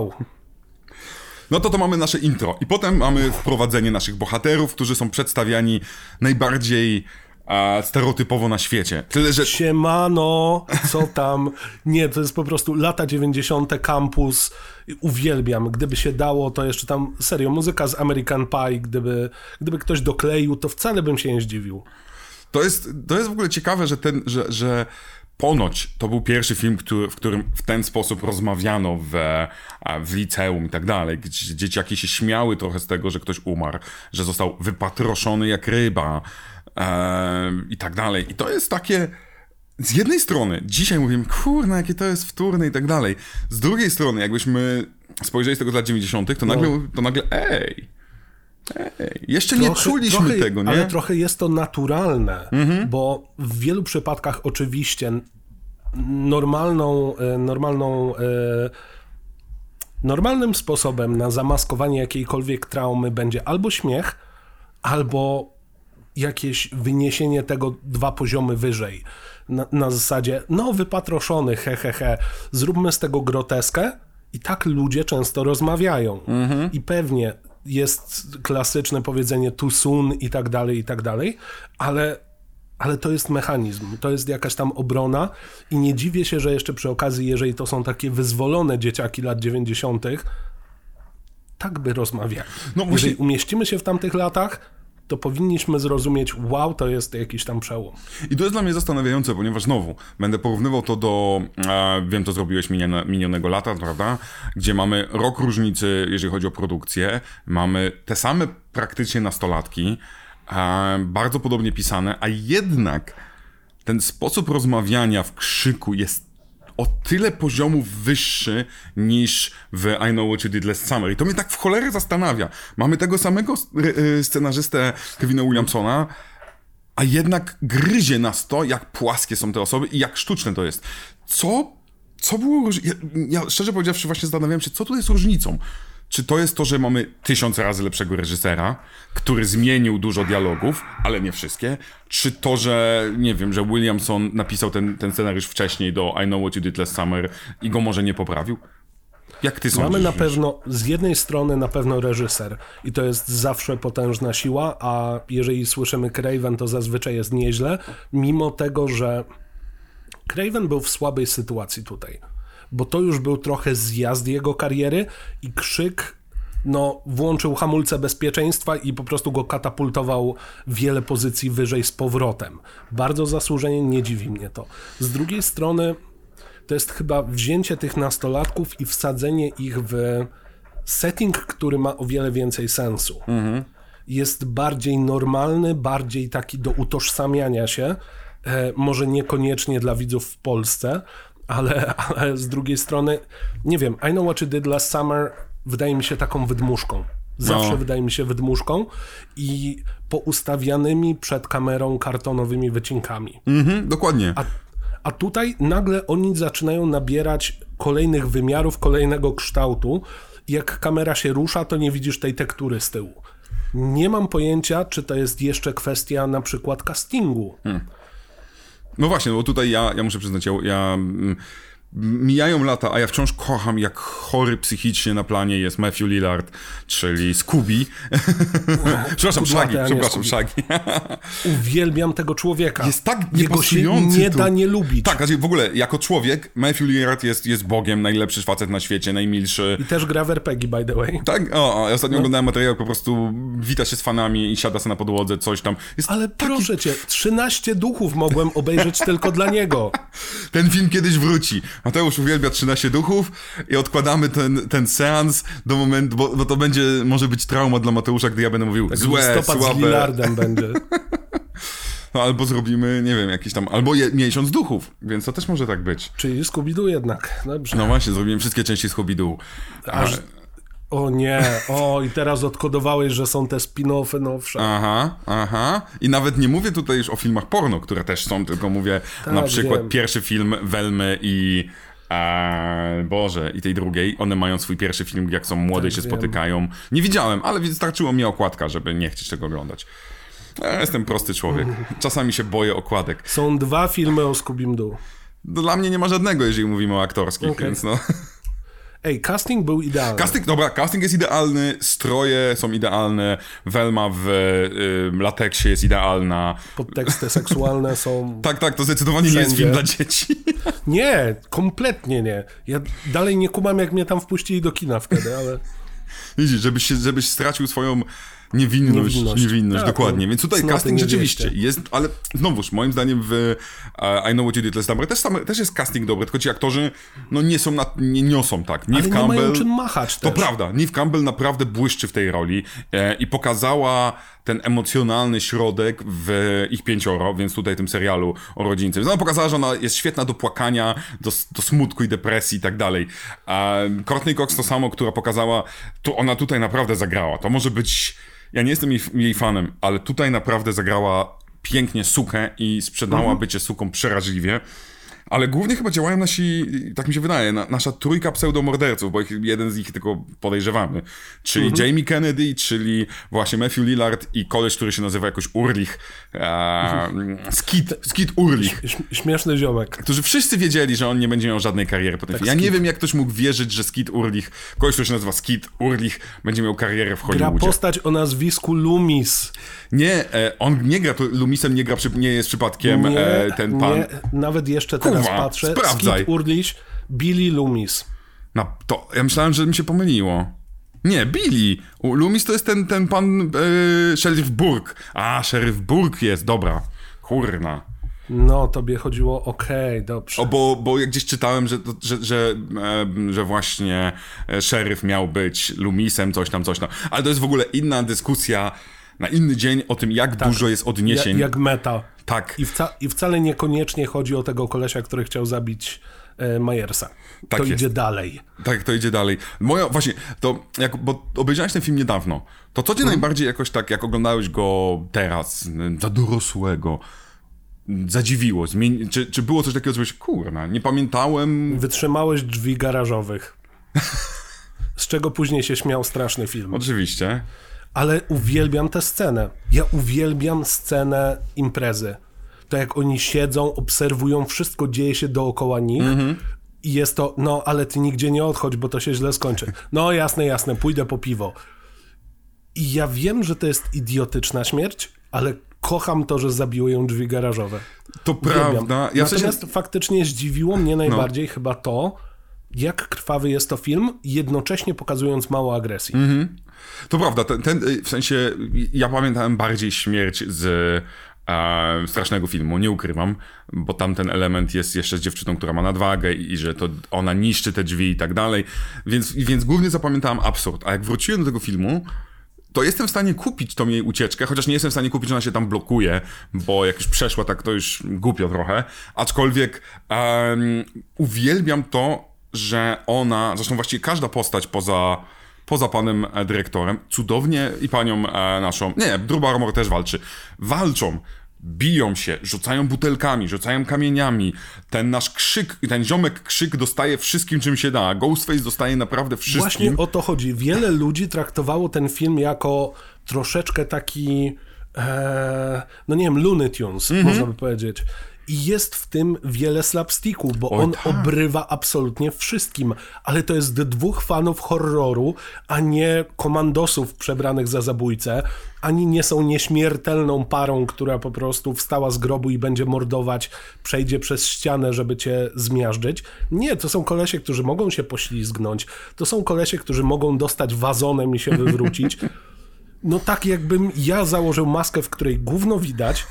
No to mamy nasze intro. I potem mamy wprowadzenie naszych bohaterów, którzy są przedstawiani najbardziej stereotypowo na świecie. Tyle, że... Siemano, co tam? Nie, to jest po prostu lata 90. kampus. Uwielbiam. Gdyby się dało, to jeszcze tam, serio, muzyka z American Pie, gdyby ktoś dokleił, to wcale bym się nie zdziwił. To jest w ogóle ciekawe, że ponoć to był pierwszy film, w którym w ten sposób rozmawiano w liceum i tak dalej, gdzie dzieciaki się śmiały trochę z tego, że ktoś umarł, że został wypatroszony jak ryba i tak dalej. I to jest takie... Z jednej strony, dzisiaj mówimy, kurna, jakie to jest wtórne i tak dalej. Z drugiej strony, jakbyśmy spojrzeli z tego z lat 90., to nagle jeszcze nie czuliśmy tego, nie? Ale trochę jest to naturalne, bo w wielu przypadkach oczywiście normalnym sposobem na zamaskowanie jakiejkolwiek traumy będzie albo śmiech, albo jakieś wyniesienie tego 2 poziomy wyżej. Na zasadzie, wypatroszony, zróbmy z tego groteskę i tak ludzie często rozmawiają. I pewnie jest klasyczne powiedzenie too soon i tak dalej, ale to jest mechanizm, to jest jakaś tam obrona i nie dziwię się, że jeszcze przy okazji, jeżeli to są takie wyzwolone dzieciaki lat 90., tak by rozmawiali. Jeżeli umieścimy się w tamtych latach, to powinniśmy zrozumieć, wow, to jest jakiś tam przełom. I to jest dla mnie zastanawiające, ponieważ znowu będę porównywał to do, wiem, to zrobiłeś minionego lata, prawda, gdzie mamy rok różnicy, jeżeli chodzi o produkcję, mamy te same praktycznie nastolatki, bardzo podobnie pisane, a jednak ten sposób rozmawiania w krzyku jest o tyle poziomów wyższy niż w I Know What You Did Last Summer. I to mnie tak w cholerę zastanawia. Mamy tego samego scenarzystę Kevina Williamsona, a jednak gryzie nas to, jak płaskie są te osoby i jak sztuczne to jest. Co było... Ja szczerze powiedziawszy właśnie zastanawiałem się, co tu jest różnicą. Czy to jest to, że mamy 1000 razy lepszego reżysera, który zmienił dużo dialogów, ale nie wszystkie? Czy to, że, nie wiem, że Williamson napisał ten scenariusz wcześniej do I Know What You Did Last Summer i go może nie poprawił? Jak ty sądzisz? Mamy na pewno, z jednej strony na pewno reżyser i to jest zawsze potężna siła, a jeżeli słyszymy Craven, to zazwyczaj jest nieźle, mimo tego, że Craven był w słabej sytuacji tutaj. Bo to już był trochę zjazd jego kariery i Krzyk włączył hamulce bezpieczeństwa i po prostu go katapultował wiele pozycji wyżej z powrotem. Bardzo zasłużenie, nie dziwi mnie to. Z drugiej strony to jest chyba wzięcie tych nastolatków i wsadzenie ich w setting, który ma o wiele więcej sensu. Jest bardziej normalny, bardziej taki do utożsamiania się, może niekoniecznie dla widzów w Polsce, ale z drugiej strony, nie wiem, I Know What You Did Last Summer wydaje mi się taką wydmuszką. Zawsze wydaje mi się wydmuszką i poustawianymi przed kamerą kartonowymi wycinkami. Dokładnie. A tutaj nagle oni zaczynają nabierać kolejnych wymiarów, kolejnego kształtu. Jak kamera się rusza, to nie widzisz tej tektury z tyłu. Nie mam pojęcia, czy to jest jeszcze kwestia na przykład castingu. No właśnie, bo tutaj ja muszę przyznać, mijają lata, a ja wciąż kocham, jak chory psychicznie na planie jest Matthew Lillard, czyli Scooby. Przepraszam, Shaggy. Uwielbiam tego człowieka. Jest tak Jego się niepasujący nie da nie lubić. Tak, w ogóle jako człowiek Matthew Lillard jest bogiem, najlepszy facet na świecie, najmilszy. I też gra w RPG, by the way. Tak? Ja ostatnio oglądałem materiał, po prostu wita się z fanami i siada sobie na podłodze, coś tam. Ale proszę cię, 13 duchów mogłem obejrzeć tylko dla niego. Ten film kiedyś wróci. Mateusz uwielbia 13 duchów i odkładamy ten seans do momentu, bo to może być trauma dla Mateusza, gdy ja będę mówił tak złe, słabe. Z Lillardem będzie. No albo zrobimy, nie wiem, jakiś tam, albo miesiąc duchów, więc to też może tak być. Czyli Scooby-Doo jednak, dobrze. No właśnie, zrobimy wszystkie części Scooby-Doo. O nie, i teraz odkodowałeś, że są te spin-offy nowsze. Aha. I nawet nie mówię tutaj już o filmach porno, które też są, tylko mówię na przykład pierwszy film Velmy i i tej drugiej. One mają swój pierwszy film, jak są młode i się spotykają. Nie widziałem, ale wystarczyło mi okładka, żeby nie chcieć tego oglądać. Ja jestem prosty człowiek. Czasami się boję okładek. Są 2 filmy o Scooby-Doo. Dla mnie nie ma żadnego, jeżeli mówimy o aktorskich, więc no... Casting był idealny. Casting jest idealny, stroje są idealne, Velma w lateksie jest idealna. Podteksty seksualne są... Tak, to zdecydowanie nie jest film dla dzieci. Nie, kompletnie nie. Ja dalej nie kumam, jak mnie tam wpuścili do kina wtedy, ale... Widzisz, żebyś stracił swoją niewinność, tak, dokładnie. Więc tutaj casting rzeczywiście jest, ale znowuż, moim zdaniem w I Know What You Did Last Summer też jest casting dobry, tylko ci aktorzy nie niosą tak. Ale nie mają czym machać też. To prawda, Neve Campbell naprawdę błyszczy w tej roli i pokazała ten emocjonalny środek w ich 5, więc tutaj w tym serialu o rodzińcy. Ona pokazała, że ona jest świetna do płakania, do smutku i depresji i tak dalej. Courtney Cox to samo, która pokazała, to ona tutaj naprawdę zagrała. To może być... Ja nie jestem jej fanem, ale tutaj naprawdę zagrała pięknie sukę i sprzedała bycie suką przeraźliwie. Ale głównie chyba działają nasi, tak mi się wydaje, nasza trójka pseudomorderców, bo jeden z nich tylko podejrzewamy. Czyli Jamie Kennedy, czyli właśnie Matthew Lillard i koleś, który się nazywa jakoś Urlich. Skid Urlich. Śmieszny ziomek. Którzy wszyscy wiedzieli, że on nie będzie miał żadnej kariery po tym filmie. Ja nie wiem, jak ktoś mógł wierzyć, że Skid Urlich, koleś, który się nazywa Skid Urlich, będzie miał karierę w Hollywoodzie. Gra postać o nazwisku Loomis. Nie, on nie gra, to Loomisem nie jest przypadkiem ten pan. Nie, nawet jeszcze teraz patrzę. Sprawdzaj. Skid Urlich, Billy Loomis. No, to ja myślałem, że mi się pomyliło. Nie, Billy. Loomis to jest ten pan Sheriff Burke. Sheriff Burke jest, dobra. Kurna. No, tobie chodziło, dobrze. Bo jak gdzieś czytałem, że właśnie szeryf miał być Loomisem, coś tam. Ale to jest w ogóle inna dyskusja na inny dzień o tym, jak dużo jest odniesień. Jak meta. Tak. I wcale niekoniecznie chodzi o tego kolesia, który chciał zabić Myersa. Tak to jest. idzie dalej. Tak, to idzie dalej. Właśnie, bo obejrzałeś ten film niedawno, to co cię najbardziej jakoś tak, jak oglądałeś go teraz, za dorosłego, zadziwiło? Czy było coś takiego, że kurna, nie pamiętałem... Wytrzymałeś drzwi garażowych. Z czego później się śmiał straszny film. Oczywiście. Ale uwielbiam tę scenę. Ja uwielbiam scenę imprezy. To jak oni siedzą, obserwują, wszystko dzieje się dookoła nich i jest to, ale ty nigdzie nie odchodź, bo to się źle skończy. No jasne, pójdę po piwo. I ja wiem, że to jest idiotyczna śmierć, ale kocham to, że zabiły ją drzwi garażowe. To uwielbiam. Prawda. Natomiast faktycznie zdziwiło mnie najbardziej chyba to, jak krwawy jest to film, jednocześnie pokazując mało agresji. To prawda, w sensie ja pamiętałem bardziej śmierć z strasznego filmu, nie ukrywam, bo tam ten element jest jeszcze z dziewczyną, która ma nadwagę i że to ona niszczy te drzwi i tak dalej, więc głównie zapamiętałem absurd, a jak wróciłem do tego filmu, to jestem w stanie kupić tą jej ucieczkę, chociaż nie jestem w stanie kupić, że ona się tam blokuje, bo jak już przeszła, tak to już głupio trochę, aczkolwiek uwielbiam to, że ona, zresztą właściwie każda postać poza panem dyrektorem, cudownie i panią naszą, Drew Barrymore też walczą, biją się, rzucają butelkami, rzucają kamieniami, ten nasz krzyk, ten ziomek krzyk dostaje wszystkim, czym się da, Ghostface dostaje naprawdę wszystkim. Właśnie o to chodzi, wiele ludzi traktowało ten film jako troszeczkę taki, Looney Tunes, można by powiedzieć. I jest w tym wiele slapsticku, bo on obrywa absolutnie wszystkim. Ale to jest 2 fanów horroru, a nie komandosów przebranych za zabójcę, ani nie są nieśmiertelną parą, która po prostu wstała z grobu i będzie mordować, przejdzie przez ścianę, żeby cię zmiażdżyć. Nie, to są kolesie, którzy mogą się poślizgnąć. To są kolesie, którzy mogą dostać wazonem i się wywrócić. No tak jakbym ja założył maskę, w której gówno widać,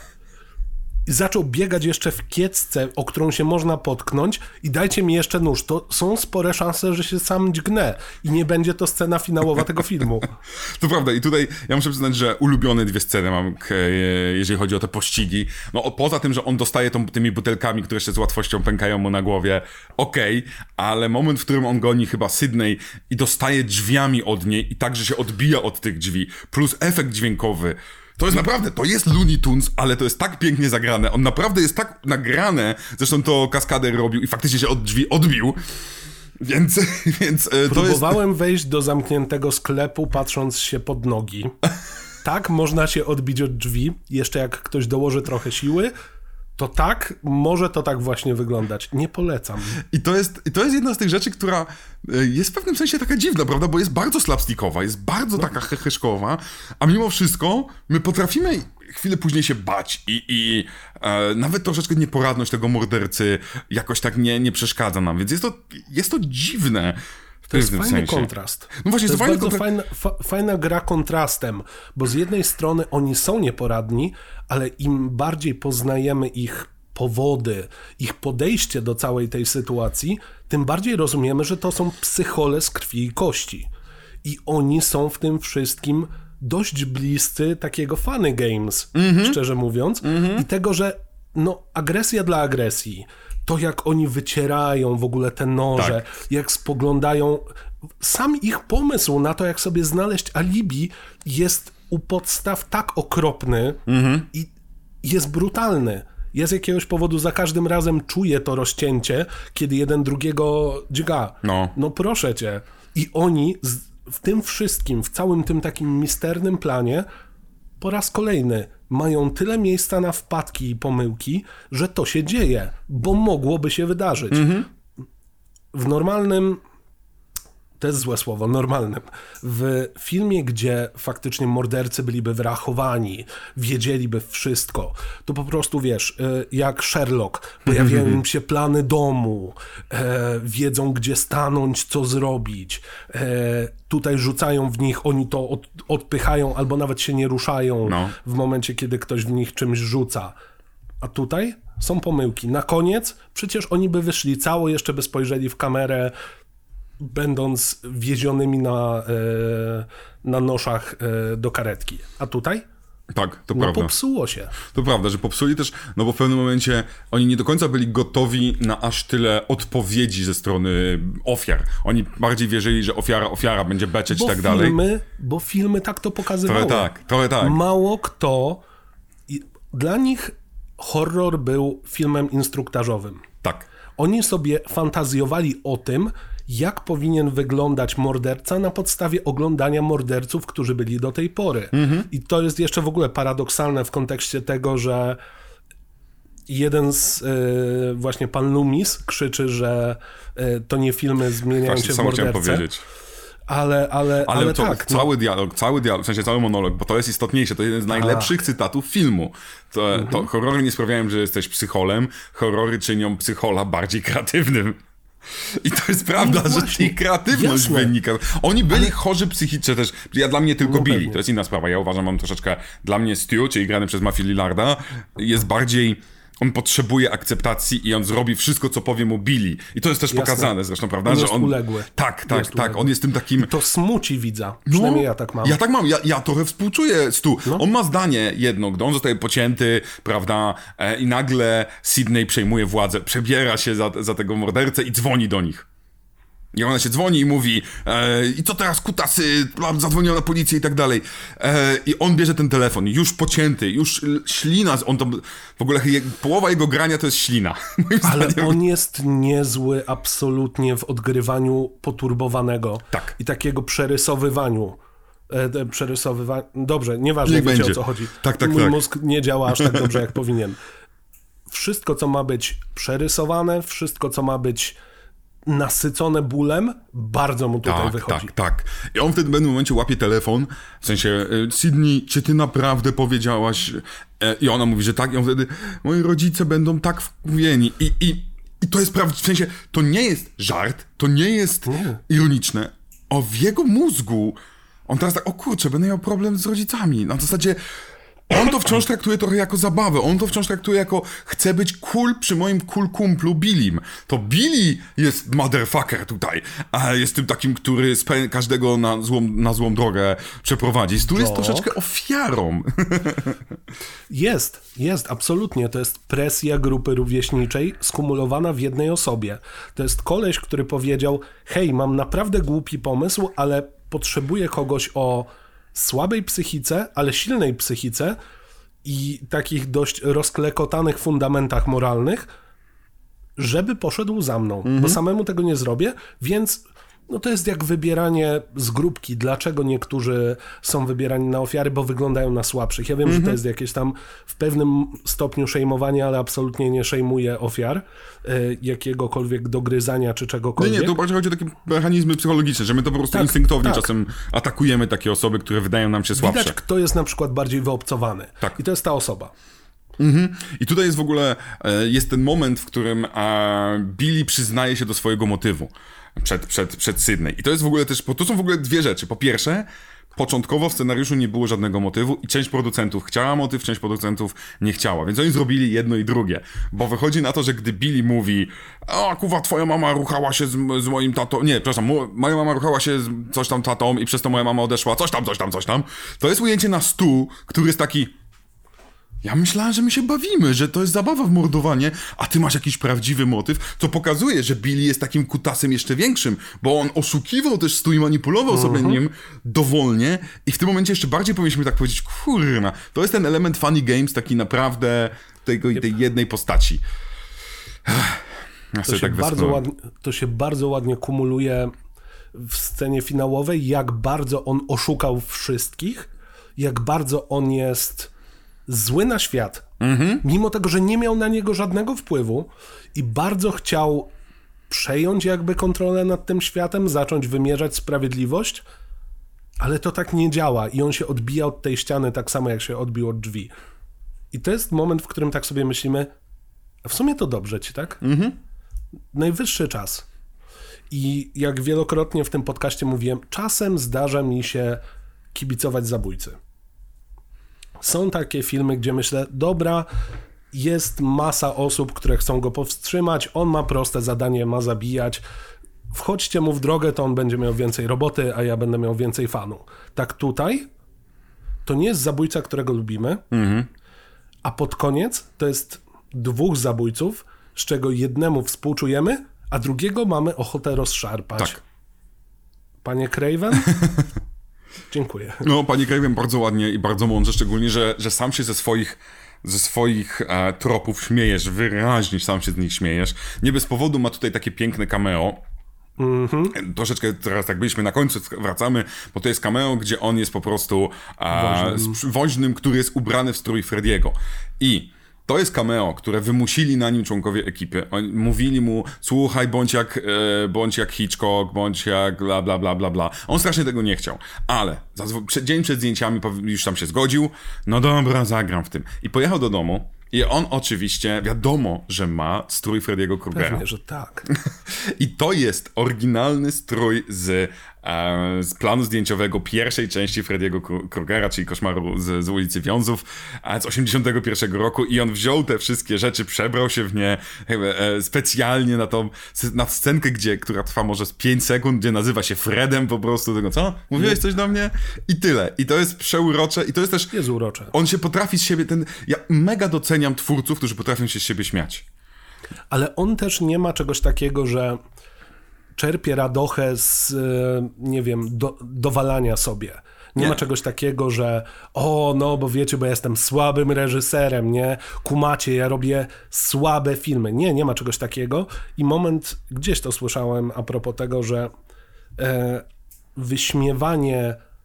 i zaczął biegać jeszcze w kiecce, o którą się można potknąć i dajcie mi jeszcze nóż. To są spore szanse, że się sam dźgnę i nie będzie to scena finałowa tego filmu. To prawda i tutaj ja muszę przyznać, że ulubione 2 sceny mam, jeżeli chodzi o te pościgi. No poza tym, że on dostaje tymi butelkami, które się z łatwością pękają mu na głowie, ale moment, w którym on goni chyba Sydney i dostaje drzwiami od niej i także się odbija od tych drzwi, plus efekt dźwiękowy. To jest naprawdę, to jest Looney Tunes, ale to jest tak pięknie zagrane. On naprawdę jest tak nagrane, zresztą to Kaskader robił i faktycznie się od drzwi odbił. Więc Próbowałem wejść do zamkniętego sklepu, patrząc się pod nogi. Tak, można się odbić od drzwi, jeszcze jak ktoś dołoży trochę siły, to tak, może to tak właśnie wyglądać. Nie polecam. I to jest jedna z tych rzeczy, która jest w pewnym sensie taka dziwna, prawda? Bo jest bardzo slapstickowa, jest bardzo taka heheszkowa, a mimo wszystko my potrafimy chwilę później się bać i nawet troszeczkę nieporadność tego mordercy jakoś tak nie przeszkadza nam, więc jest to dziwne. To jest fajny kontrast. No właśnie, to jest bardzo fajna gra kontrastem, bo z jednej strony oni są nieporadni, ale im bardziej poznajemy ich powody, ich podejście do całej tej sytuacji, tym bardziej rozumiemy, że to są psychole z krwi i kości. I oni są w tym wszystkim dość bliscy takiego funny games, szczerze mówiąc, i tego, że agresja dla agresji, to jak oni wycierają w ogóle te noże, jak spoglądają, sam ich pomysł na to, jak sobie znaleźć alibi, jest u podstaw tak okropny i jest brutalny. Ja z jakiegoś powodu za każdym razem czuję to rozcięcie, kiedy jeden drugiego dźga. No proszę cię. I oni w tym wszystkim, w całym tym takim misternym planie po raz kolejny mają tyle miejsca na wpadki i pomyłki, że to się dzieje, bo mogłoby się wydarzyć. W normalnym, to jest złe słowo, normalnym, w filmie, gdzie faktycznie mordercy byliby wyrachowani, wiedzieliby wszystko, to po prostu wiesz, jak Sherlock, pojawiają im się plany domu, wiedzą gdzie stanąć, co zrobić, tutaj rzucają w nich, oni to odpychają albo nawet się nie ruszają w momencie, kiedy ktoś w nich czymś rzuca. A tutaj są pomyłki. Na koniec przecież oni by wyszli cało, jeszcze by spojrzeli w kamerę, będąc wiezionymi na noszach do karetki. A tutaj? Tak, to prawda. Popsuło się. To prawda, że popsuli też, bo w pewnym momencie oni nie do końca byli gotowi na aż tyle odpowiedzi ze strony ofiar. Oni bardziej wierzyli, że ofiara będzie beczeć i tak dalej. Bo filmy tak to pokazywały. Trochę tak. Mało kto... Dla nich horror był filmem instruktażowym. Tak. Oni sobie fantazjowali o tym, jak powinien wyglądać morderca na podstawie oglądania morderców, którzy byli do tej pory. I to jest jeszcze w ogóle paradoksalne w kontekście tego, że jeden z właśnie pan Loomis krzyczy, że to nie filmy zmieniają się w mordercę. Powiedzieć. Ale to, tak. Cały dialog, w sensie cały monolog, bo to jest istotniejsze, to jest jeden z najlepszych cytatów filmu. To horrory nie sprawiają, że jesteś psycholem, horrory czynią psychola bardziej kreatywnym. I to jest prawda, że ich kreatywność wynika. Oni byli chorzy psychicznie też. Dla mnie tylko Billy, pewnie. To jest inna sprawa. Ja uważam, on troszeczkę, dla mnie Stu, czyli grany przez Matthew Lillarda, jest bardziej... On potrzebuje akceptacji i on zrobi wszystko, co powie mu Billy. I to jest też pokazane zresztą, prawda? On że jest uległy. Tak. On jest tym takim... To smuci widza. Przynajmniej ja tak mam. Ja tak mam. Ja trochę współczuję Stu. On ma zdanie jedno, gdy on zostaje pocięty, prawda? I nagle Sydney przejmuje władzę, przebiera się za tego mordercę i dzwoni do nich. I ona się dzwoni i mówi i co teraz kutasy, zadzwonią na policję i tak dalej. I on bierze ten telefon, już pocięty, już ślina, on to w ogóle połowa jego grania to jest ślina. Ale on jest niezły absolutnie w odgrywaniu poturbowanego. Tak. I takiego przerysowywaniu. Dobrze, nieważne, wiecie o co chodzi. Tak. Mój mózg nie działa aż tak dobrze, jak powinien. wszystko, co ma być przerysowane, wszystko, co ma być nasycone bólem, bardzo mu tutaj wychodzi. Tak. I on wtedy w pewnym momencie łapie telefon, w sensie, Sydney, czy ty naprawdę powiedziałaś? I ona mówi, że tak. I on wtedy, moi rodzice będą tak wkurwieni. I to jest prawda, w sensie, to nie jest żart, to nie jest ironiczne. W jego mózgu, on teraz tak, o kurczę, będę miał problem z rodzicami. Na zasadzie, on to wciąż traktuje trochę jako zabawę, on to wciąż traktuje jako chcę być cool przy moim cool kumplu Billim. To Billy jest motherfucker tutaj, a jest tym takim, który każdego na złą drogę przeprowadzi. Tu jest troszeczkę ofiarą. Jest, absolutnie. To jest presja grupy rówieśniczej skumulowana w jednej osobie. To jest koleś, który powiedział, hej, mam naprawdę głupi pomysł, ale potrzebuję kogoś o słabej psychice, ale silnej psychice i takich dość rozklekotanych fundamentach moralnych, żeby poszedł za mną, bo samemu tego nie zrobię, więc no to jest jak wybieranie z grupki. Dlaczego niektórzy są wybierani na ofiary? Bo wyglądają na słabszych. Ja wiem, że to jest jakieś tam w pewnym stopniu szejmowanie, ale absolutnie nie szejmuję ofiar jakiegokolwiek dogryzania czy czegokolwiek. Nie, to bardziej chodzi o takie mechanizmy psychologiczne, że my to po prostu instynktownie czasem atakujemy takie osoby, które wydają nam się słabsze. Widać, kto jest na przykład bardziej wyobcowany. Tak. I to jest ta osoba. I tutaj jest w ogóle jest ten moment, w którym Billy przyznaje się do swojego motywu przed Sydney. I to jest w ogóle też, bo to są w ogóle dwie rzeczy. Po pierwsze, początkowo w scenariuszu nie było żadnego motywu i część producentów chciała motyw, część producentów nie chciała. Więc oni zrobili jedno i drugie. Bo wychodzi na to, że gdy Billy mówi kurwa, twoja mama ruchała się z moim tatą, nie, przepraszam, moja mama ruchała się z coś tam tatą i przez to moja mama odeszła, coś tam. To jest ujęcie na stół, który jest taki, ja myślałem, że my się bawimy, że to jest zabawa w mordowanie, a ty masz jakiś prawdziwy motyw, co pokazuje, że Billy jest takim kutasem jeszcze większym, bo on oszukiwał też stół i manipulował sobie nim dowolnie i w tym momencie jeszcze bardziej powinniśmy tak powiedzieć, kurna, to jest ten element funny games taki naprawdę tej jednej postaci. To się bardzo ładnie kumuluje w scenie finałowej, jak bardzo on oszukał wszystkich, jak bardzo on jest zły na świat, mimo tego, że nie miał na niego żadnego wpływu i bardzo chciał przejąć jakby kontrolę nad tym światem, zacząć wymierzać sprawiedliwość, ale to tak nie działa i on się odbija od tej ściany tak samo, jak się odbił od drzwi. I to jest moment, w którym tak sobie myślimy, a w sumie to dobrze ci, tak? Najwyższy czas. I jak wielokrotnie w tym podcaście mówiłem, czasem zdarza mi się kibicować zabójcy. Są takie filmy, gdzie myślę, dobra, jest masa osób, które chcą go powstrzymać, on ma proste zadanie, ma zabijać, wchodźcie mu w drogę, to on będzie miał więcej roboty, a ja będę miał więcej fanu. Tak tutaj to nie jest zabójca, którego lubimy, a pod koniec to jest dwóch zabójców, z czego jednemu współczujemy, a drugiego mamy ochotę rozszarpać. Tak. Panie Craven? Dziękuję. No, pani Craven bardzo ładnie i bardzo mądrze, szczególnie, że sam się ze swoich tropów śmiejesz, wyraźnie sam się z nich śmiejesz. Nie bez powodu ma tutaj takie piękne cameo. Troszeczkę teraz tak byliśmy na końcu, wracamy, bo to jest cameo, gdzie on jest po prostu woźnym, który jest ubrany w strój Freddy'ego. I to jest cameo, które wymusili na nim członkowie ekipy. Oni mówili mu, słuchaj, bądź jak Hitchcock, bądź jak bla bla bla bla bla. On strasznie tego nie chciał, ale dzień przed zdjęciami już tam się zgodził, no dobra, zagram w tym. I pojechał do domu i on oczywiście, wiadomo, że ma strój Freddy'ego Krugera. Pewnie, że tak. I to jest oryginalny strój z planu zdjęciowego pierwszej części Freddy'ego Krugera, czyli Koszmaru z ulicy Wiązów z 81 roku i on wziął te wszystkie rzeczy, przebrał się w nie specjalnie na scenkę, która trwa może z 5 sekund, gdzie nazywa się Fredem po prostu, tego co? Mówiłeś coś do mnie? I tyle. I to jest przeurocze i to jest też... Jest urocze. On się potrafi z siebie, ja mega doceniam twórców, którzy potrafią się z siebie śmiać. Ale on też nie ma czegoś takiego, że czerpie radochę z, nie wiem, dowalania sobie. Nie ma czegoś takiego, że bo wiecie, bo ja jestem słabym reżyserem, nie? Kumacie, ja robię słabe filmy. Nie ma czegoś takiego. I moment, gdzieś to słyszałem a propos tego, że wyśmiewanie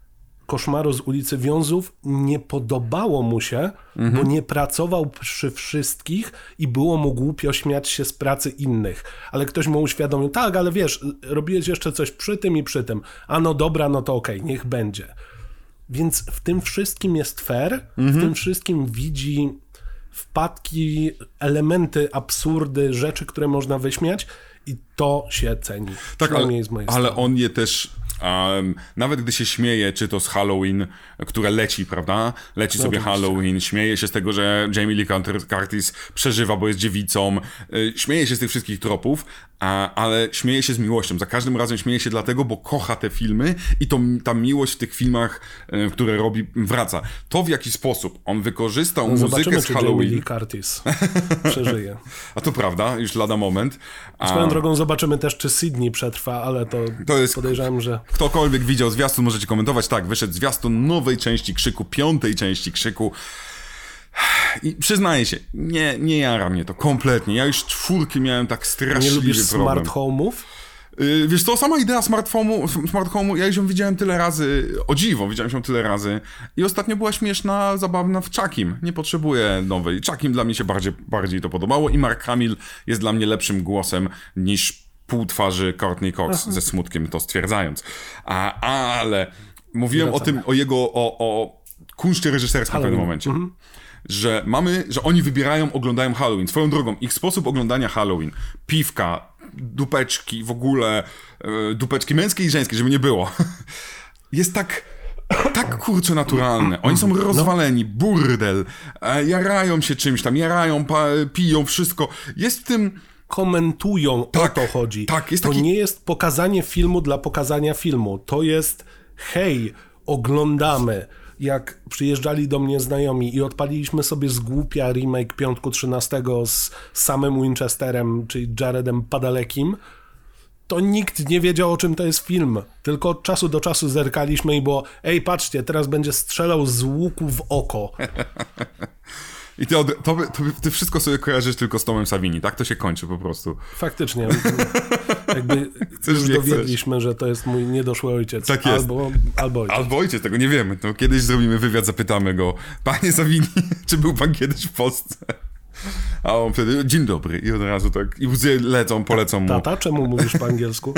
Koszmaru z ulicy Wiązów nie podobało mu się, bo nie pracował przy wszystkich i było mu głupio śmiać się z pracy innych. Ale ktoś mu uświadomił, tak, ale wiesz, robiłeś jeszcze coś przy tym i przy tym. A no dobra, no to okej, niech będzie. Więc w tym wszystkim jest fair, w tym wszystkim widzi wpadki, elementy, absurdy, rzeczy, które można wyśmiać i to się ceni. Tak, ale on je też, nawet gdy się śmieje, czy to z Halloween, które leci, prawda? Leci sobie oczywiście. Halloween, śmieje się z tego, że Jamie Lee Curtis przeżywa, bo jest dziewicą, śmieje się z tych wszystkich tropów, ale śmieje się z miłością. Za każdym razem śmieje się dlatego, bo kocha te filmy i ta miłość w tych filmach, które robi, wraca. To, w jaki sposób on wykorzystał muzykę z czy Halloween. Jamie Lee Curtis przeżyje. A to prawda, już lada moment. Swoją drogą zobaczymy też, czy Sydney przetrwa, ale to jest, podejrzewam, że... Ktokolwiek widział zwiastun, możecie komentować. Tak, wyszedł zwiastun nowej części Krzyku, 5. części Krzyku. I przyznaję się, nie jara mnie to kompletnie. Ja już 4 miałem tak straszliwy Nie lubisz problem. smart home'ów? Wiesz co, sama idea smart home'u, ja już ją widziałem tyle razy, o dziwo, widziałem ją tyle razy i ostatnio była śmieszna, zabawna w Chuckim. Nie potrzebuję nowej. Chuckim dla mnie się bardziej to podobało i Mark Hamill jest dla mnie lepszym głosem niż pół twarzy Courtney Cox, ze smutkiem to stwierdzając. Ale mówiłem o kunszcie reżyserskim w pewnym momencie. Że oni oglądają Halloween. Swoją drogą, ich sposób oglądania Halloween, piwka, dupeczki, w ogóle dupeczki męskie i żeńskie, żeby nie było, jest tak kurczę naturalne. Oni są rozwaleni, burdel, jarają się czymś tam, piją, wszystko. Jest w tym... Komentują, o to chodzi. Tak, jest to taki... nie jest pokazanie filmu dla pokazania filmu. To jest, hej, oglądamy. Jak przyjeżdżali do mnie znajomi i odpaliliśmy sobie z głupia remake Piątku 13 z samym Winchesterem, czyli Jaredem Padalekim, to nikt nie wiedział, o czym to jest film. Tylko od czasu do czasu zerkaliśmy i było, ej, patrzcie, teraz będzie strzelał z łuku w oko. I ty wszystko sobie kojarzysz tylko z Tomem Savini, tak? To się kończy po prostu. Faktycznie. Jakby już dowiedliśmy, że to jest mój niedoszły ojciec. Tak jest. Albo ojciec. Albo ojciec, tego nie wiemy. To kiedyś zrobimy wywiad, zapytamy go, panie Savini, czy był pan kiedyś w Polsce? A on wtedy, dzień dobry. I od razu tak, i łzy polecą mu. Tata, czemu mówisz po angielsku?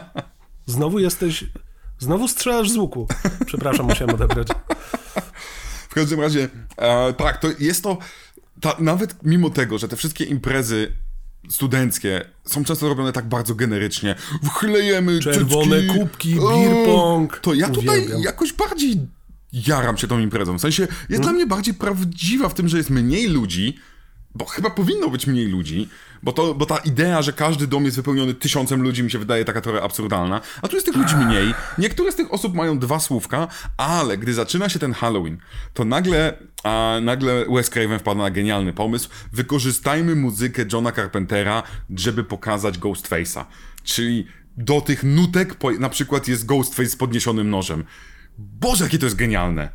Znowu strzelasz z łuku. Przepraszam, musiałem odebrać. W każdym razie, tak, to jest to, nawet mimo tego, że te wszystkie imprezy studenckie są często robione tak bardzo generycznie, wchlejemy czerwone cycki, kubki, beer pong. To ja tutaj Uwielbiam. jakoś bardziej jaram się tą imprezą. W sensie jest dla mnie bardziej prawdziwa w tym, że jest mniej ludzi, bo chyba powinno być mniej ludzi, bo ta idea, że każdy dom jest wypełniony 1000 ludzi, mi się wydaje taka trochę absurdalna, a tu jest tych ludzi mniej. Niektóre z tych osób mają 2 słówka, ale gdy zaczyna się ten Halloween, to nagle Wes Craven wpadł na genialny pomysł. Wykorzystajmy muzykę Johna Carpentera, żeby pokazać Ghostface'a. Czyli do tych nutek na przykład jest Ghostface z podniesionym nożem. Boże, jakie to jest genialne!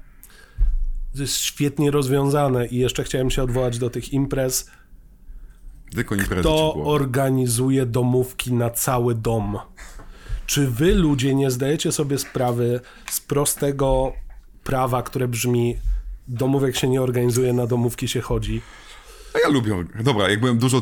To jest świetnie rozwiązane i jeszcze chciałem się odwołać do tych imprez. Tylko imprezy. Kto organizuje domówki na cały dom? Czy wy, ludzie, nie zdajecie sobie sprawy z prostego prawa, które brzmi: domówek się nie organizuje, na domówki się chodzi? A ja lubię. Dobra, jak byłem dużo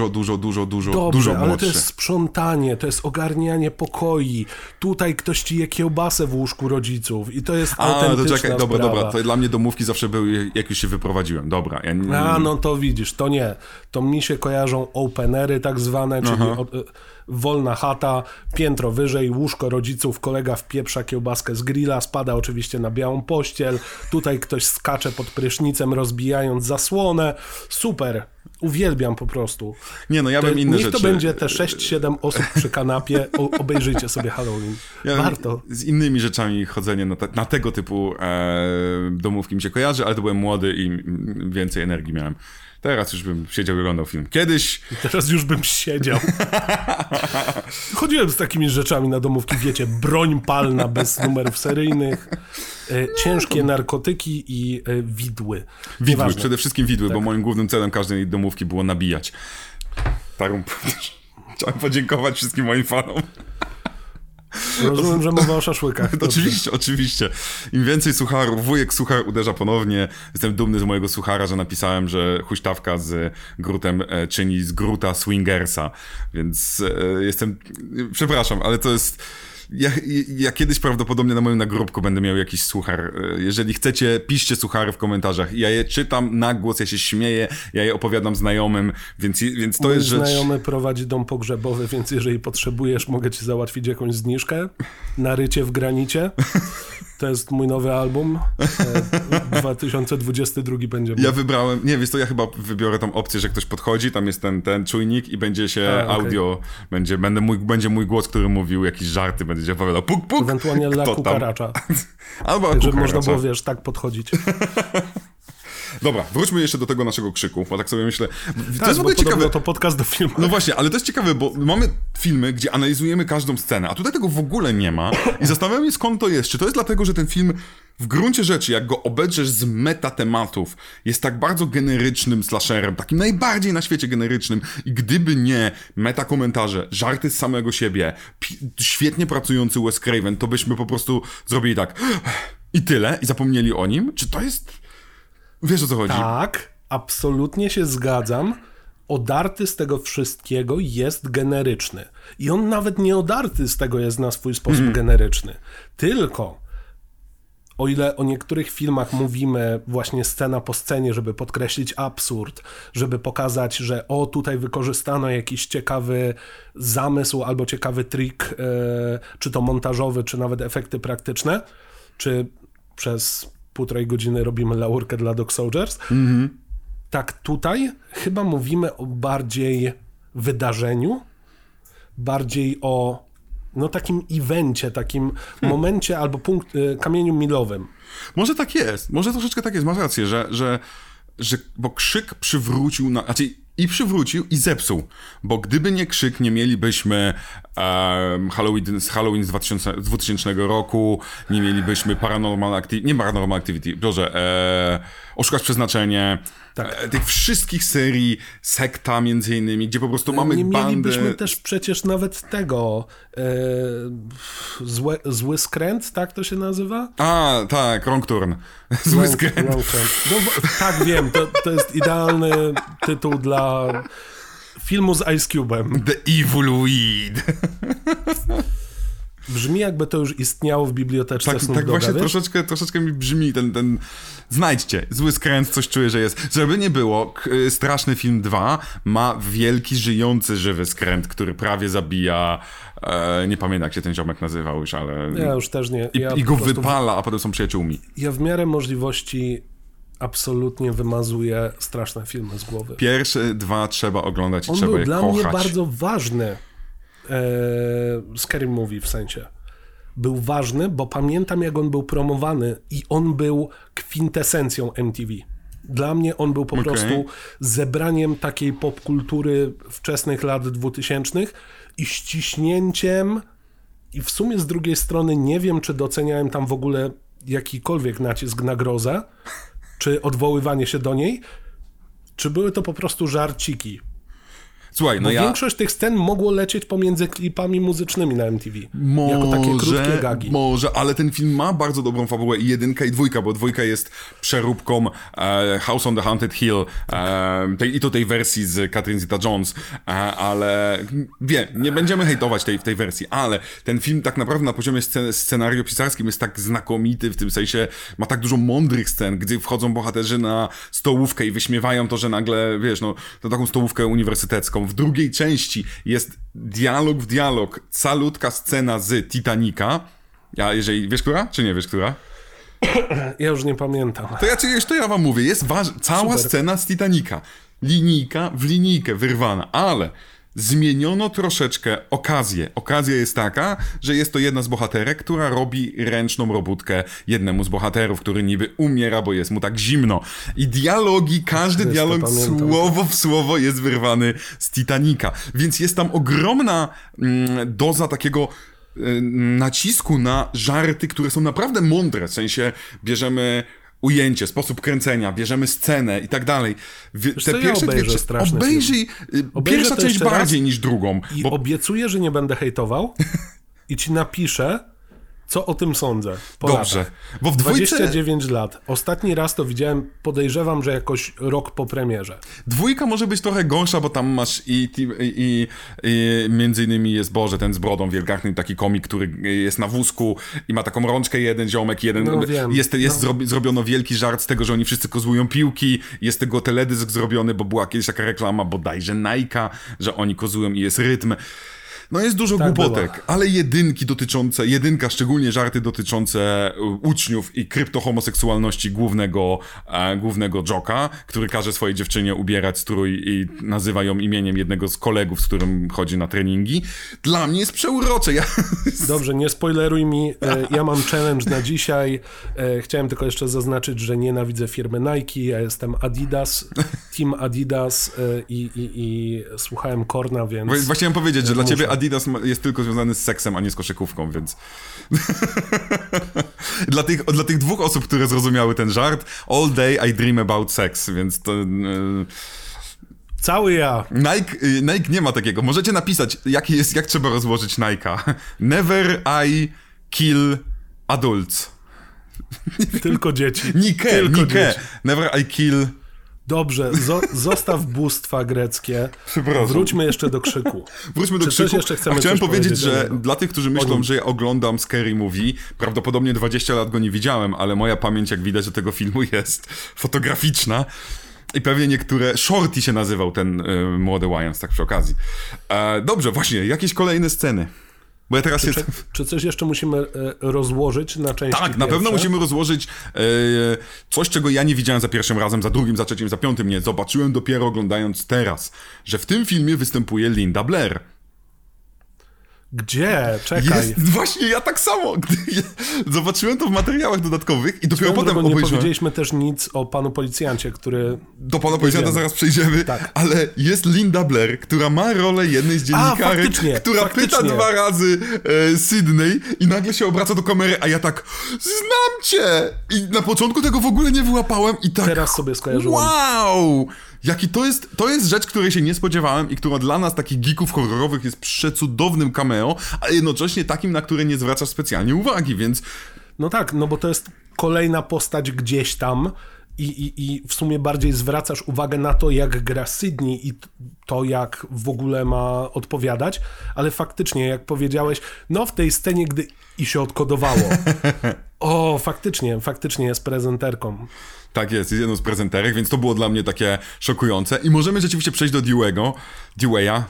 Dobrze, ale młodszy. to jest sprzątanie, to jest ogarnianie pokoi. Tutaj ktoś ci je kiełbasę w łóżku rodziców i to jest autentyczna to czekaj, sprawa. dobra, to dla mnie domówki zawsze były, jak już się wyprowadziłem. Dobra. No to widzisz, to nie. To mi się kojarzą openery tak zwane, czyli wolna chata, piętro wyżej, łóżko rodziców, kolega wpieprza kiełbaskę z grilla, spada oczywiście na białą pościel, tutaj ktoś skacze pod prysznicem, rozbijając zasłonę. Super, uwielbiam po prostu. Nie, no ja bym inne rzeczy. Niech to będzie te 6-7 osób przy kanapie, obejrzyjcie sobie Halloween. Warto. Z innymi rzeczami chodzenie na tego typu domówki mi się kojarzy, ale to byłem młody i więcej energii miałem. Teraz już bym siedział i oglądał film. Kiedyś... Teraz już bym siedział. Chodziłem z takimi rzeczami na domówki, wiecie, broń palna bez numerów seryjnych, ciężkie narkotyki i widły. Widły, przede wszystkim widły, tak. Bo moim głównym celem każdej domówki było nabijać. Chciałem podziękować wszystkim moim fanom. Rozumiem, że mowa o szaszłykach. Oczywiście. Im więcej sucharów, wujek suchar uderza ponownie. Jestem dumny z mojego suchara, że napisałem, że huśtawka z Grutem czyni z Gruta swingersa. Więc jestem... Przepraszam, ale to jest... Ja kiedyś prawdopodobnie na moim nagrobku będę miał jakiś suchar. Jeżeli chcecie, piszcie suchary w komentarzach. Ja je czytam na głos, ja się śmieję, ja je opowiadam znajomym, więc to Mój jest rzecz... znajomy prowadzi dom pogrzebowy, więc jeżeli potrzebujesz, mogę ci załatwić jakąś zniżkę na rycie w granicie. To jest mój nowy album. 2022 będzie. Ja wybrałem, nie wiesz to, ja chyba wybiorę tą opcję, że ktoś podchodzi, tam jest ten czujnik i będzie się audio, będzie mój głos, który mówił jakieś żarty, będzie się opowiadał puk, puk. Ewentualnie la kukaracza. Albo żeby można było, wiesz, tak podchodzić. Dobra, wróćmy jeszcze do tego naszego krzyku, bo tak sobie myślę... To jest w ogóle ciekawe. To podcast do filmu. No właśnie, ale to jest ciekawe, bo mamy filmy, gdzie analizujemy każdą scenę, a tutaj tego w ogóle nie ma i zastanawiam się, skąd to jest. Czy to jest dlatego, że ten film w gruncie rzeczy, jak go obejrzysz z metatematów, jest tak bardzo generycznym slasherem, takim najbardziej na świecie generycznym i gdyby nie metakomentarze, żarty z samego siebie, świetnie pracujący Wes Craven, to byśmy po prostu zrobili tak i tyle i zapomnieli o nim? Czy to jest... Wiesz, o co chodzi? Tak, absolutnie się zgadzam. Odarty z tego wszystkiego jest generyczny. I on nawet nie odarty z tego jest na swój sposób generyczny. Tylko, o ile o niektórych filmach mówimy właśnie scena po scenie, żeby podkreślić absurd, żeby pokazać, że tutaj wykorzystano jakiś ciekawy zamysł albo ciekawy trik, czy to montażowy, czy nawet efekty praktyczne, czy przez 1,5 godziny robimy laurkę dla Dog Soldiers. Tak tutaj chyba mówimy o bardziej wydarzeniu, bardziej o takim evencie, takim momencie albo kamieniu milowym. Może tak jest, może troszeczkę tak jest, masz rację, że bo krzyk przywrócił, i przywrócił i zepsuł, bo gdyby nie krzyk, nie mielibyśmy Halloween z 2000 roku, nie mielibyśmy Paranormal Activity, Oszukać Przeznaczenie, tak. Tych wszystkich serii, Sekta między innymi, gdzie po prostu mamy nie bandę... mielibyśmy też przecież nawet tego Zły Skręt, tak to się nazywa? A, tak, Wrong Turn. Zły Skręt. No, tak, wiem, to jest idealny tytuł dla filmu z Ice Cube'em. The Evil Weed. Brzmi, jakby to już istniało w biblioteczce Snoop Tak Dogga, właśnie troszeczkę mi brzmi ten... Znajdźcie, Zły Skręt, coś czuję, że jest. Żeby nie było, Straszny Film 2 ma wielki, żyjący, żywy skręt, który prawie zabija... nie pamiętam, jak się ten ziomek nazywał już, ale... Ja już też nie. I go wypala, a potem są przyjaciółmi. Ja w miarę możliwości absolutnie wymazuję straszne filmy z głowy. Pierwsze 2 trzeba oglądać i trzeba je kochać. On był dla mnie bardzo ważny. Scary Movie w sensie. Był ważny, bo pamiętam, jak on był promowany i on był kwintesencją MTV. Dla mnie on był po prostu zebraniem takiej popkultury wczesnych lat 2000 i ściśnięciem i w sumie z drugiej strony nie wiem, czy doceniałem tam w ogóle jakikolwiek nacisk na grozę, czy odwoływanie się do niej, czy były to po prostu żarciki. Słuchaj, bo większość tych scen mogło lecieć pomiędzy klipami muzycznymi na MTV. Jako takie krótkie gagi. Może, ale ten film ma bardzo dobrą fabułę i 1 i 2, bo 2 jest przeróbką House on the Haunted Hill tej wersji z Catherine Zeta-Jones, ale nie będziemy hejtować tej wersji, ale ten film tak naprawdę na poziomie scenariopisarskim jest tak znakomity, w tym sensie ma tak dużo mądrych scen, gdzie wchodzą bohaterzy na stołówkę i wyśmiewają to, że nagle, to taką stołówkę uniwersytecką. W drugiej części jest dialog w dialog, calutka scena z Titanica. Jeżeli wiesz, która? Czy nie wiesz, która? Ja już nie pamiętam. To ja wam mówię, jest cała scena z Titanica. Linijka w linijkę wyrwana, ale zmieniono troszeczkę okazję. Okazja jest taka, że jest to jedna z bohaterek, która robi ręczną robótkę jednemu z bohaterów, który niby umiera, bo jest mu tak zimno. I dialogi, każdy dialog słowo w słowo jest wyrwany z Titanica. Więc jest tam ogromna doza takiego nacisku na żarty, które są naprawdę mądre. W sensie bierzemy ujęcie, sposób kręcenia, bierzemy scenę i tak dalej. Te pierwsze obejrzyj pierwsza część bardziej niż drugą. I obiecuję, że nie będę hejtował i ci napiszę, co o tym sądzę. Po Dobrze, latach. bo w dwójce... 29 lat. Ostatni raz to widziałem, podejrzewam, że jakoś rok po premierze. Dwójka może być trochę gorsza, bo tam masz i między innymi jest ten z brodą wielgachnym, taki komik, który jest na wózku i ma taką rączkę, jeden ziomek, jeden... No, wiem. Zrobiono wielki żart z tego, że oni wszyscy kozłują piłki, jest tego teledysk zrobiony, bo była kiedyś taka reklama bodajże Nike'a, że oni kozłują i jest rytm. No jest dużo głupotek, ale jedynka, szczególnie żarty dotyczące uczniów i kryptohomoseksualności głównego Joka, który każe swojej dziewczynie ubierać strój i nazywa ją imieniem jednego z kolegów, z którym chodzi na treningi. Dla mnie jest przeurocze. Dobrze, nie spoileruj mi, ja mam challenge na dzisiaj. Chciałem tylko jeszcze zaznaczyć, że nienawidzę firmy Nike, ja jestem Adidas, Team Adidas i słuchałem Korna, więc... Właśnie chciałem powiedzieć, że dla ciebie Adidas jest tylko związany z seksem, a nie z koszykówką, więc... dla tych dwóch osób, które zrozumiały ten żart, all day I dream about sex, więc to... Cały ja. Nike nie ma takiego. Możecie napisać, jak trzeba rozłożyć Nike'a. Never I kill adults. Tylko dzieci. Nike. Never I kill... Dobrze, zostaw bóstwa greckie. Wróćmy jeszcze do Krzyku. Chciałem powiedzieć, że dla tych, którzy myślą, że ja oglądam Scary Movie, prawdopodobnie 20 lat go nie widziałem, ale moja pamięć, jak widać, do tego filmu jest fotograficzna. I pewnie niektóre... Shorty się nazywał ten młody Wyans, tak przy okazji. Dobrze, właśnie, jakieś kolejne sceny. Bo ja teraz czy coś jeszcze musimy rozłożyć na części Tak, na pewno musimy rozłożyć coś, czego ja nie widziałem za pierwszym razem, za drugim, za trzecim, za piątym nie. Zobaczyłem dopiero oglądając teraz, że w tym filmie występuje Linda Blair. Gdzie? Czekaj. Właśnie ja tak samo. Zobaczyłem to w materiałach dodatkowych i dopiero potem obejrzałem. Nie powiedzieliśmy też nic o panu policjancie, który... Do pana policjanta zaraz przejdziemy, tak. Ale jest Linda Blair, która ma rolę jednej z dziennikarek, która pyta 2 razy Sydney i nagle się obraca do kamery, a ja tak, znam cię! I na początku tego w ogóle nie wyłapałem i tak... Teraz sobie skojarzyłem. Wow! Jaki to jest rzecz, której się nie spodziewałem i która dla nas, takich geeków horrorowych, jest przecudownym cameo, ale jednocześnie takim, na które nie zwracasz specjalnie uwagi, więc... No tak, no bo to jest kolejna postać gdzieś tam i w sumie bardziej zwracasz uwagę na to, jak gra Sydney i to, jak w ogóle ma odpowiadać, ale faktycznie, jak powiedziałeś, no w tej scenie, gdy i się odkodowało. O, faktycznie jest prezenterką. Tak jest jedną z prezenterek, więc to było dla mnie takie szokujące. I możemy rzeczywiście przejść do Dewey'a,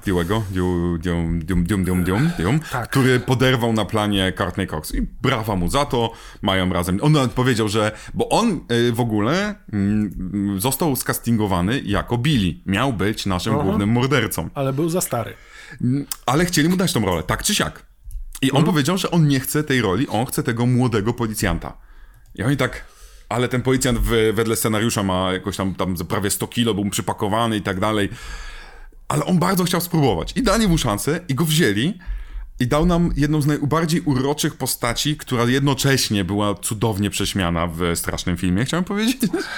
tak. Który poderwał na planie Courtney Cox. I brawa mu za to, mają razem. On nawet powiedział, że... Bo on w ogóle został skastingowany jako Billy. Miał być naszym głównym mordercą. Ale był za stary. Ale chcieli mu dać tą rolę, tak czy siak. I on powiedział, że on nie chce tej roli, on chce tego młodego policjanta. I oni tak... Ale ten policjant wedle scenariusza ma jakoś tam prawie 100 kilo, był przypakowany i tak dalej. Ale on bardzo chciał spróbować. I dali mu szansę i go wzięli i dał nam jedną z najbardziej uroczych postaci, która jednocześnie była cudownie prześmiana w strasznym filmie, chciałem powiedzieć.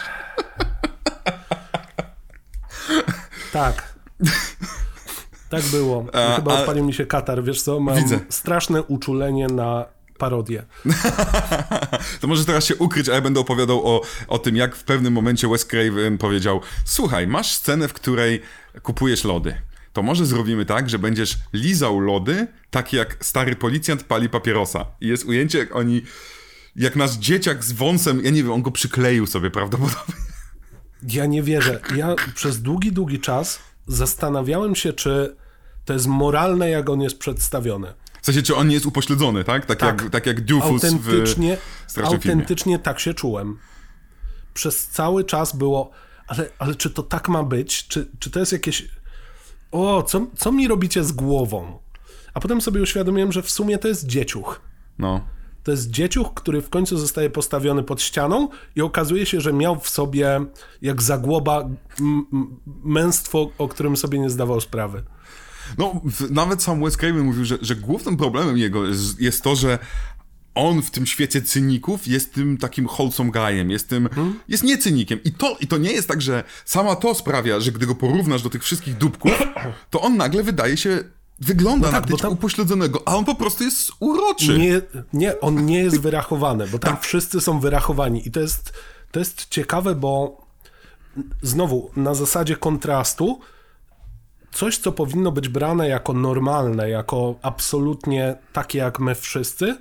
Tak. Tak było. Chyba odpalił mi się katar, wiesz co? Mam straszne uczulenie na parodię. To może teraz się ukryć, a ja będę opowiadał o tym, jak w pewnym momencie Wes Craven powiedział: słuchaj, masz scenę, w której kupujesz lody. To może zrobimy tak, że będziesz lizał lody, tak jak stary policjant pali papierosa. I jest ujęcie, jak nasz dzieciak z wąsem, ja nie wiem, on go przykleił sobie prawdopodobnie. Ja nie wierzę. Ja przez długi czas zastanawiałem się, czy to jest moralne, jak on jest przedstawiony. W sensie, czy on nie jest upośledzony, tak? Tak jak Doofus w strasznym filmie. Autentycznie tak się czułem. Przez cały czas było, ale czy to tak ma być? Czy to jest jakieś... co mi robicie z głową? A potem sobie uświadomiłem, że w sumie to jest dzieciuch. No. To jest dzieciuch, który w końcu zostaje postawiony pod ścianą i okazuje się, że miał w sobie, jak zagłoba, męstwo, o którym sobie nie zdawał sprawy. No, nawet sam Wes Craven mówił, że głównym problemem jego jest to, że on w tym świecie cyników jest tym takim wholesome guyem, jest nie cynikiem. I to nie jest tak, że sama to sprawia, że gdy go porównasz do tych wszystkich dupków, to on nagle wydaje się wygląda No na tak, bo tam- upośledzonego, a on po prostu jest uroczy. Nie, on nie jest wyrachowany, bo tam wszyscy są wyrachowani. I to jest ciekawe, bo znowu na zasadzie kontrastu coś, co powinno być brane jako normalne, jako absolutnie takie jak my wszyscy,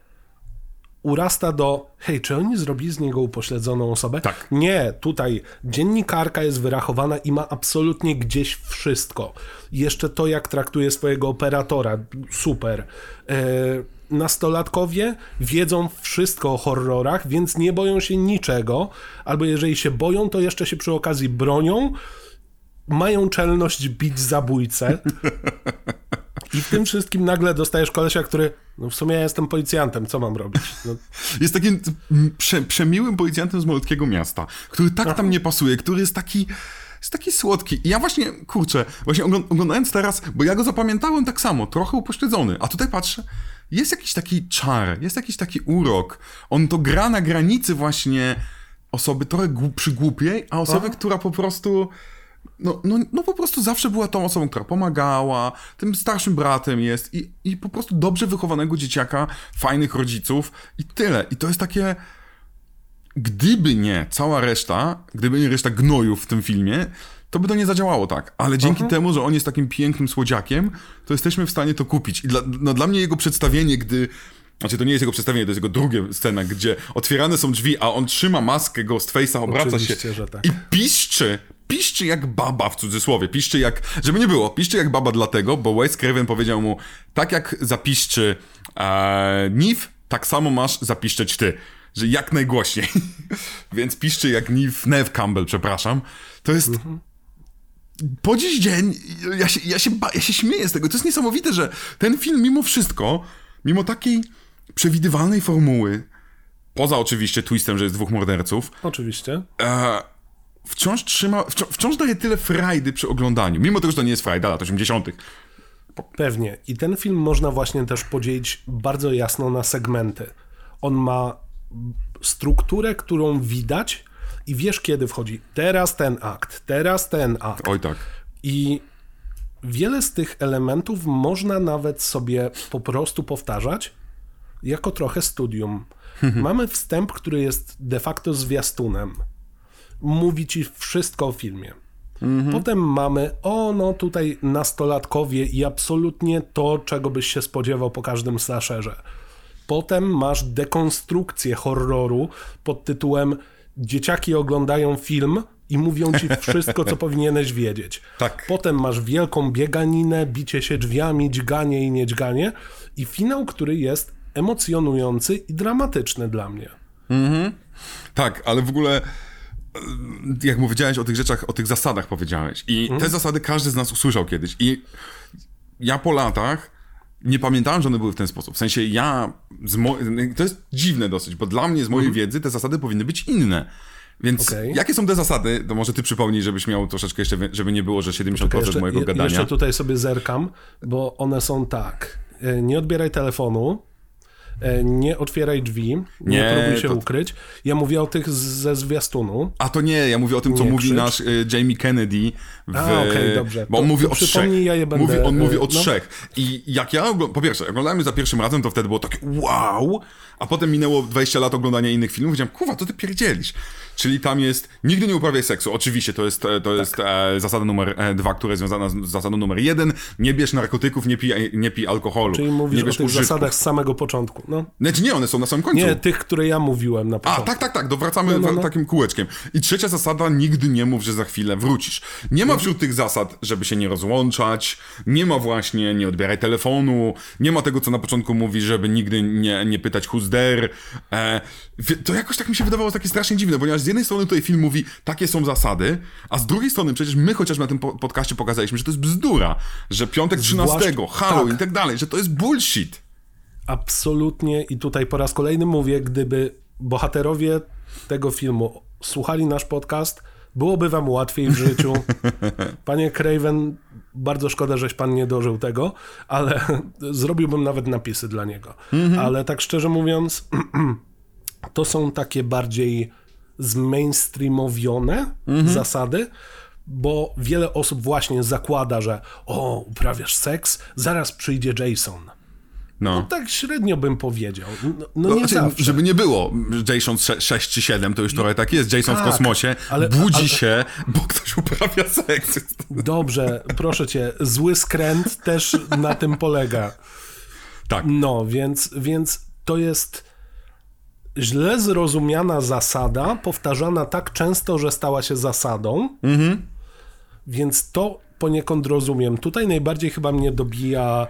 urasta do hej, czy oni zrobili z niego upośledzoną osobę? Tak. Nie, tutaj dziennikarka jest wyrachowana i ma absolutnie gdzieś wszystko. Jeszcze to, jak traktuje swojego operatora, super. Nastolatkowie wiedzą wszystko o horrorach, więc nie boją się niczego, albo jeżeli się boją, to jeszcze się przy okazji bronią, mają czelność bić zabójcę. I w tym wszystkim nagle dostajesz kolesia, który, no w sumie ja jestem policjantem, co mam robić? No. Jest takim przemiłym policjantem z malutkiego miasta, który tak tam nie pasuje, który jest taki słodki. I ja właśnie, kurczę, oglądając teraz, bo ja go zapamiętałem tak samo, trochę upośledzony, a tutaj patrzę, jest jakiś taki czar, jest jakiś taki urok. On to gra na granicy właśnie osoby trochę przygłupiej, a osoby, która po prostu... No po prostu zawsze była tą osobą, która pomagała, tym starszym bratem jest i po prostu dobrze wychowanego dzieciaka, fajnych rodziców i tyle. I to jest takie... Gdyby nie cała reszta, gdyby nie reszta gnojów w tym filmie, to by to nie zadziałało tak. Ale dzięki temu, że on jest takim pięknym słodziakiem, to jesteśmy w stanie to kupić. I dla mnie jego przedstawienie, Znaczy, to nie jest jego przedstawienie, to jest jego druga scena, gdzie otwierane są drzwi, a on trzyma maskę Ghostface'a, obraca się że tak. i piszczy jak baba w cudzysłowie, piszczy jak, żeby nie było, piszczy jak baba dlatego, bo Wes Craven powiedział mu, tak jak zapiszczy Neve, tak samo masz zapiszczeć ty, że jak najgłośniej. Więc piszczy jak Neve Campbell, przepraszam. To jest... Po dziś dzień ja się śmieję z tego. To jest niesamowite, że ten film mimo wszystko, mimo takiej przewidywalnej formuły, poza oczywiście twistem, że jest dwóch morderców, Oczywiście. wciąż daje tyle frajdy przy oglądaniu. Mimo tego, że to nie jest frajda lat 80. Pewnie. I ten film można właśnie też podzielić bardzo jasno na segmenty. On ma strukturę, którą widać i wiesz, kiedy wchodzi. Teraz ten akt. Oj tak. I wiele z tych elementów można nawet sobie po prostu powtarzać jako trochę studium. Mamy wstęp, który jest de facto zwiastunem. Mówi ci wszystko o filmie. Potem mamy, tutaj nastolatkowie i absolutnie to, czego byś się spodziewał po każdym slasherze. Potem masz dekonstrukcję horroru pod tytułem dzieciaki oglądają film i mówią ci wszystko, co powinieneś wiedzieć. Tak. Potem masz wielką bieganinę, bicie się drzwiami, dźganie i niedźganie i finał, który jest emocjonujący i dramatyczny dla mnie. Tak, ale w ogóle jak powiedziałeś o tych rzeczach, o tych zasadach powiedziałeś i te zasady każdy z nas usłyszał kiedyś i ja po latach nie pamiętałem, że one były w ten sposób. W sensie to jest dziwne dosyć, bo dla mnie z mojej wiedzy te zasady powinny być inne. Więc jakie są te zasady? To może ty przypomnij, żebyś miał troszeczkę jeszcze, żeby nie było, że 70% mojego gadania. Jeszcze tutaj sobie zerkam, bo one są tak. Nie odbieraj telefonu, nie otwieraj drzwi, nie próbuj się ukryć. Ja mówię o tych ze zwiastunu. A to nie, ja mówię o tym, co mówi nasz Jamie Kennedy. Dobrze. Bo on mówi o trzech. On mówi o trzech. I jak ja, po pierwsze, oglądałem za pierwszym razem, to wtedy było takie wow, a potem minęło 20 lat oglądania innych filmów i powiedziałem, kurwa, co ty pierdzielisz? Czyli tam jest, nigdy nie uprawiaj seksu. Oczywiście, to jest zasada numer 2, która jest związana z zasadą numer 1. Nie bierz narkotyków, nie pij alkoholu. Czyli mówisz o tych używków. Zasadach z samego początku. No. Znaczy nie, one są na samym końcu. Nie, tych, które ja mówiłem na początku. Tak, wracamy takim kółeczkiem. I trzecia zasada, nigdy nie mów, że za chwilę wrócisz. Nie ma wśród tych zasad, żeby się nie rozłączać, nie ma właśnie, nie odbieraj telefonu, nie ma tego, co na początku mówi, żeby nigdy nie pytać who's there. To jakoś tak mi się wydawało takie strasznie dziwne, ponieważ z jednej strony tutaj film mówi, takie są zasady, a z drugiej strony przecież my chociażby na tym podcaście pokazaliśmy, że to jest bzdura, że piątek 13, Halloween i tak dalej, że to jest bullshit. Absolutnie i tutaj po raz kolejny mówię, gdyby bohaterowie tego filmu słuchali nasz podcast, byłoby wam łatwiej w życiu. Panie Craven, bardzo szkoda, żeś pan nie dożył tego, ale zrobiłbym nawet napisy dla niego. Ale tak szczerze mówiąc, to są takie bardziej zmainstreamowione zasady, bo wiele osób właśnie zakłada, że uprawiasz seks, zaraz przyjdzie Jason. No tak średnio bym powiedział. No nie zawsze. Żeby nie było, Jason 6 czy 7 to już trochę tak jest. Jason w kosmosie budzi się, bo ktoś uprawia seks. Dobrze, proszę cię, zły skręt też na tym polega. Tak. No, więc to jest źle zrozumiana zasada, powtarzana tak często, że stała się zasadą. Więc to poniekąd rozumiem. Tutaj najbardziej chyba mnie dobija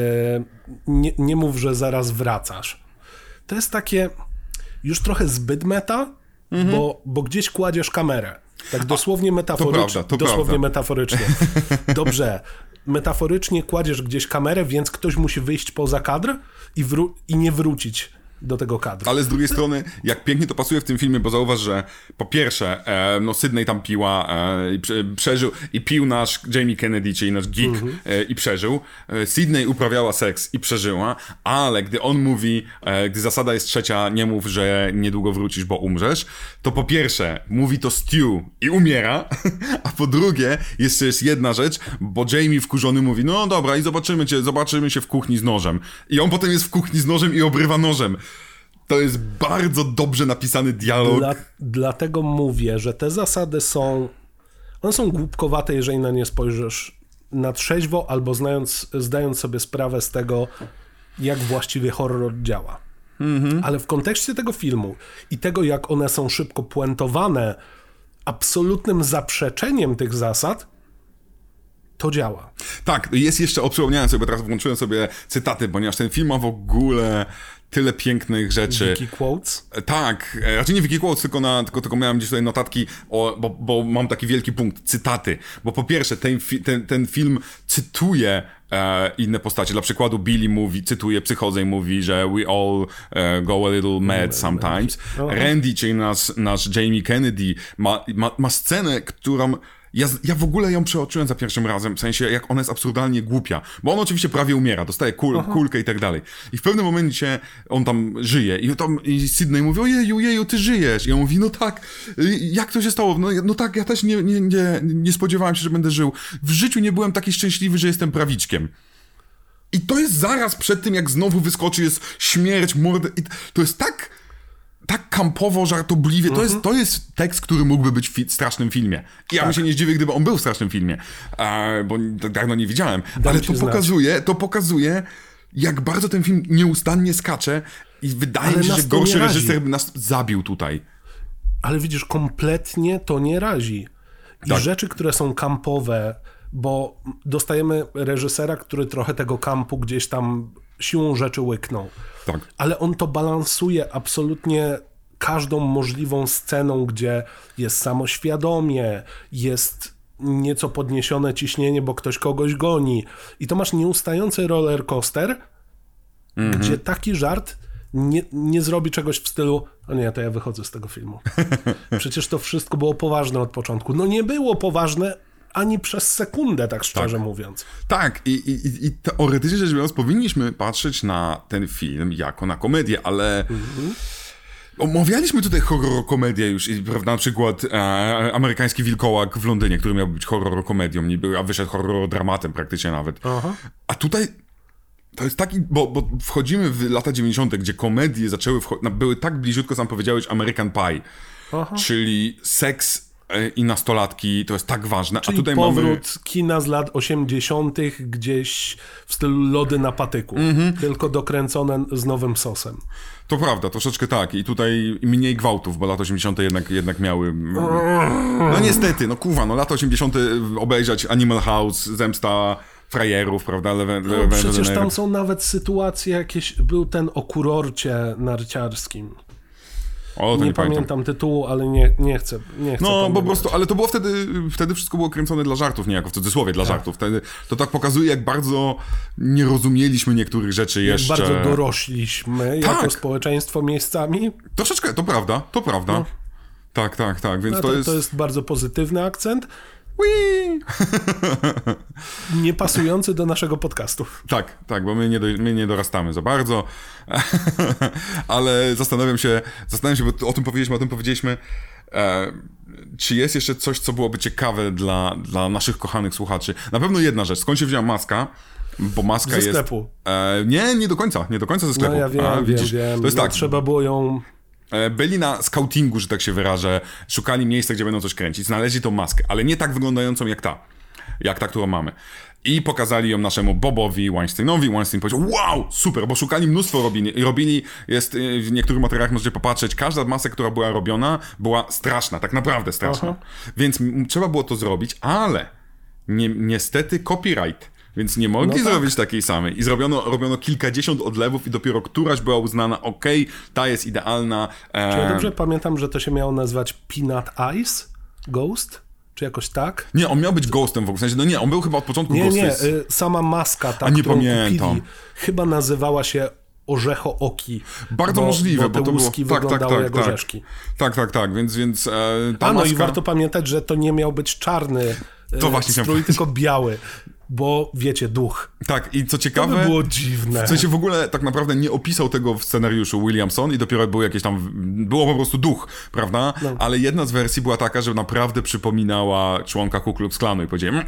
nie mów, że zaraz wracasz. To jest takie już trochę zbyt meta, bo gdzieś kładziesz kamerę. Tak dosłownie metaforycznie. To prawda. Metaforycznie. Dobrze. Metaforycznie kładziesz gdzieś kamerę, więc ktoś musi wyjść poza kadr i nie wrócić do tego kadru. Ale z drugiej strony, jak pięknie to pasuje w tym filmie, bo zauważ, że po pierwsze, Sydney tam piła i przeżył, i pił nasz Jamie Kennedy, czyli nasz geek, i przeżył. Sydney uprawiała seks i przeżyła, ale gdy on mówi, gdy zasada jest trzecia, nie mów, że niedługo wrócisz, bo umrzesz, to po pierwsze, mówi to Stu i umiera, a po drugie, jeszcze jest jedna rzecz, bo Jamie wkurzony mówi, no dobra, i zobaczymy się w kuchni z nożem. I on potem jest w kuchni z nożem i obrywa nożem. To jest bardzo dobrze napisany dialog. Dlatego mówię, że te zasady one są głupkowate, jeżeli na nie spojrzysz na trzeźwo, albo zdając sobie sprawę z tego, jak właściwie horror działa. Ale w kontekście tego filmu i tego, jak one są szybko puentowane, absolutnym zaprzeczeniem tych zasad, to działa. Tak, jest jeszcze, przypomniałem sobie, teraz włączyłem sobie cytaty, ponieważ ten film ma w ogóle tyle pięknych rzeczy. Wiki quotes? Tak, raczej nie wiki quotes, tylko miałem gdzieś tutaj notatki, bo mam taki wielki punkt, cytaty. Bo po pierwsze, ten film cytuje inne postacie. Dla przykładu Billy cytuje Psychodzę i mówi, że we all go a little mad sometimes. Randy, czyli nasz Jamie Kennedy, ma scenę, którą ja w ogóle ją przeoczyłem za pierwszym razem, w sensie jak ona jest absurdalnie głupia, bo on oczywiście prawie umiera, dostaje kulkę i tak dalej. I w pewnym momencie on tam żyje i Sydney mówi, ojeju, ty żyjesz. I on mówi, no tak, jak to się stało? No tak, ja też nie spodziewałem się, że będę żył. W życiu nie byłem taki szczęśliwy, że jestem prawiczkiem. I to jest zaraz przed tym, jak znowu wyskoczy, jest śmierć, mord. To jest tak kampowo, żartobliwie. To jest tekst, który mógłby być w strasznym filmie. Ja bym się nie zdziwił, gdyby on był w strasznym filmie, bo tak dawno nie widziałem. Ale to pokazuje, jak bardzo ten film nieustannie skacze i wydaje mi się, że gorszy reżyser by nas zabił tutaj. Ale widzisz, kompletnie to nie razi. I rzeczy, które są kampowe, bo dostajemy reżysera, który trochę tego kampu gdzieś tam siłą rzeczy łyknął. Tak. Ale on to balansuje absolutnie każdą możliwą sceną, gdzie jest samoświadomie, jest nieco podniesione ciśnienie, bo ktoś kogoś goni. I to masz nieustający roller coaster, gdzie taki żart nie zrobi czegoś w stylu, o nie, to ja wychodzę z tego filmu. Przecież to wszystko było poważne od początku. No nie było poważne ani przez sekundę, tak szczerze mówiąc. Tak, i teoretycznie rzecz biorąc powinniśmy patrzeć na ten film jako na komedię, ale omawialiśmy tutaj horror-komedię już, prawda, na przykład Amerykański Wilkołak w Londynie, który miał być horror-komedią, a wyszedł horror-dramatem praktycznie nawet. A tutaj to jest taki, bo wchodzimy w lata 90., gdzie komedie były tak bliziutko, sam powiedziałeś, American Pie, czyli seks i nastolatki, to jest tak ważne. Czyli a tutaj powrót kina z lat 80. gdzieś w stylu lody na patyku, tylko dokręcone z nowym sosem. To prawda, troszeczkę tak. I tutaj mniej gwałtów, bo lata 80. jednak miały... No niestety, lata 80. obejrzeć Animal House, Zemsta frajerów, prawda? Przecież tam są nawet sytuacje jakieś, był ten o kurorcie narciarskim. Nie pamiętam tytułu, ale nie chcę. No, po prostu, ale to było wtedy wszystko było kręcone dla żartów, niejako w cudzysłowie dla żartów. Wtedy to tak pokazuje, jak bardzo nie rozumieliśmy niektórych rzeczy jeszcze. Jak bardzo dorośliśmy jako społeczeństwo miejscami. Troszeczkę, to prawda. No. Tak, więc to jest bardzo pozytywny akcent. Nie pasujący do naszego podcastu. Tak, bo my nie dorastamy za bardzo. Ale zastanawiam się, bo o tym powiedzieliśmy, Czy jest jeszcze coś, co byłoby ciekawe dla naszych kochanych słuchaczy? Na pewno jedna rzecz. Skąd się wzięła maska? Bo maska ze jest... sklepu. Nie do końca ze sklepu. No ja wiem, widzisz, wiem. To jest tak. Trzeba było ją... Byli na scoutingu, że tak się wyrażę, szukali miejsca, gdzie będą coś kręcić, znaleźli tą maskę, ale nie tak wyglądającą jak ta, którą mamy. I pokazali ją naszemu Bobowi Weinsteinowi. Weinstein powiedział, wow, super, bo szukali mnóstwo robili, w niektórych materiałach możecie popatrzeć, każda maska, która była robiona, była straszna, tak naprawdę straszna. Więc trzeba było to zrobić, ale niestety copyright. Więc nie mogli zrobić takiej samej. I robiono kilkadziesiąt odlewów i dopiero któraś była uznana, ta jest idealna. Czy ja dobrze pamiętam, że to się miało nazywać Peanut Eyes? Ghost? Czy jakoś tak? Nie, on miał być ghostem w ogóle. W sensie, on był chyba od początku ghostem. Sama maska, A nie pamiętam. Kupili, chyba nazywała się Orzecho-Oki. Bardzo możliwe, bo te łuski wyglądały jak orzeszki. Tak, więc ta maska... i warto pamiętać, że to nie miał być czarny strój, tylko biały. Bo wiecie, duch. Tak, i co ciekawe... To by było dziwne. W sensie w ogóle tak naprawdę nie opisał tego w scenariuszu Williamson i dopiero było jakieś tam... Było po prostu duch, prawda? No. Ale jedna z wersji była taka, że naprawdę przypominała członka Ku Klux Klanu i powiedziałem...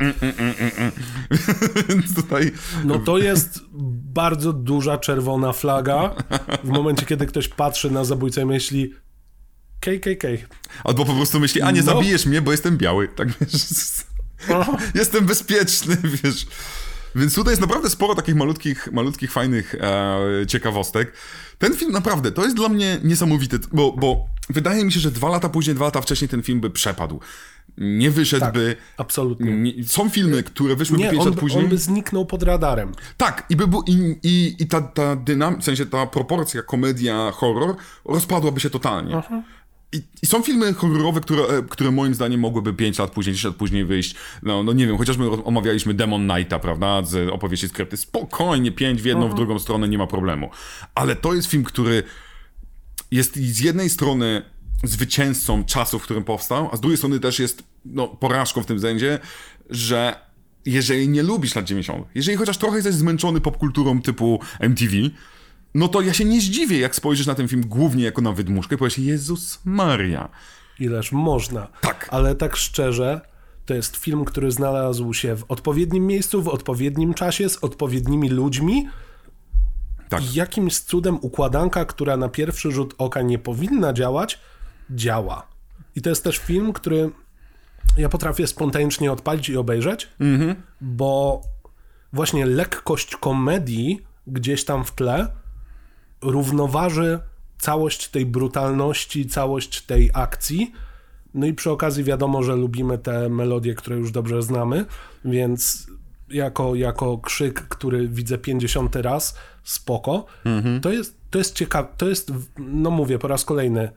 Więc tutaj... No to jest bardzo duża czerwona flaga w momencie, kiedy ktoś patrzy na zabójcę i myśli... KKK. Albo po prostu myśli, nie zabijesz mnie, bo jestem biały. Tak wiesz... Jestem bezpieczny, wiesz. Więc tutaj jest naprawdę sporo takich malutkich fajnych ciekawostek. Ten film naprawdę, to jest dla mnie niesamowity, bo wydaje mi się, że 2 lata później, 2 lata wcześniej ten film by przepadł. Nie wyszedłby... Tak, absolutnie. Są filmy, które wyszłyby 5 lat później. On by zniknął pod radarem. Tak, i ta dynamika, w sensie ta proporcja komedia, horror rozpadłaby się totalnie. Aha. I są filmy horrorowe, które moim zdaniem mogłyby 5 lat później, 10 lat później wyjść. No nie wiem, chociażby omawialiśmy Demon Knighta, prawda, z opowieści z krypty. Spokojnie, 5 w jedną, w drugą stronę, nie ma problemu. Ale to jest film, który jest z jednej strony zwycięzcą czasu, w którym powstał, a z drugiej strony też jest porażką w tym względzie, że jeżeli nie lubisz lat 90., jeżeli chociaż trochę jesteś zmęczony popkulturą typu MTV, no to ja się nie zdziwię, jak spojrzysz na ten film głównie jako na wydmuszkę i powiesz, Jezus Maria. Ileż można. Tak. Ale tak szczerze, to jest film, który znalazł się w odpowiednim miejscu, w odpowiednim czasie, z odpowiednimi ludźmi. Tak. I jakimś cudem układanka, która na pierwszy rzut oka nie powinna działać, działa. I to jest też film, który ja potrafię spontanicznie odpalić i obejrzeć, bo właśnie lekkość komedii gdzieś tam w tle równoważy całość tej brutalności, całość tej akcji. No i przy okazji wiadomo, że lubimy te melodie, które już dobrze znamy, więc jako krzyk, który widzę 50 raz, spoko. To jest ciekawe, to jest, no mówię po raz kolejny,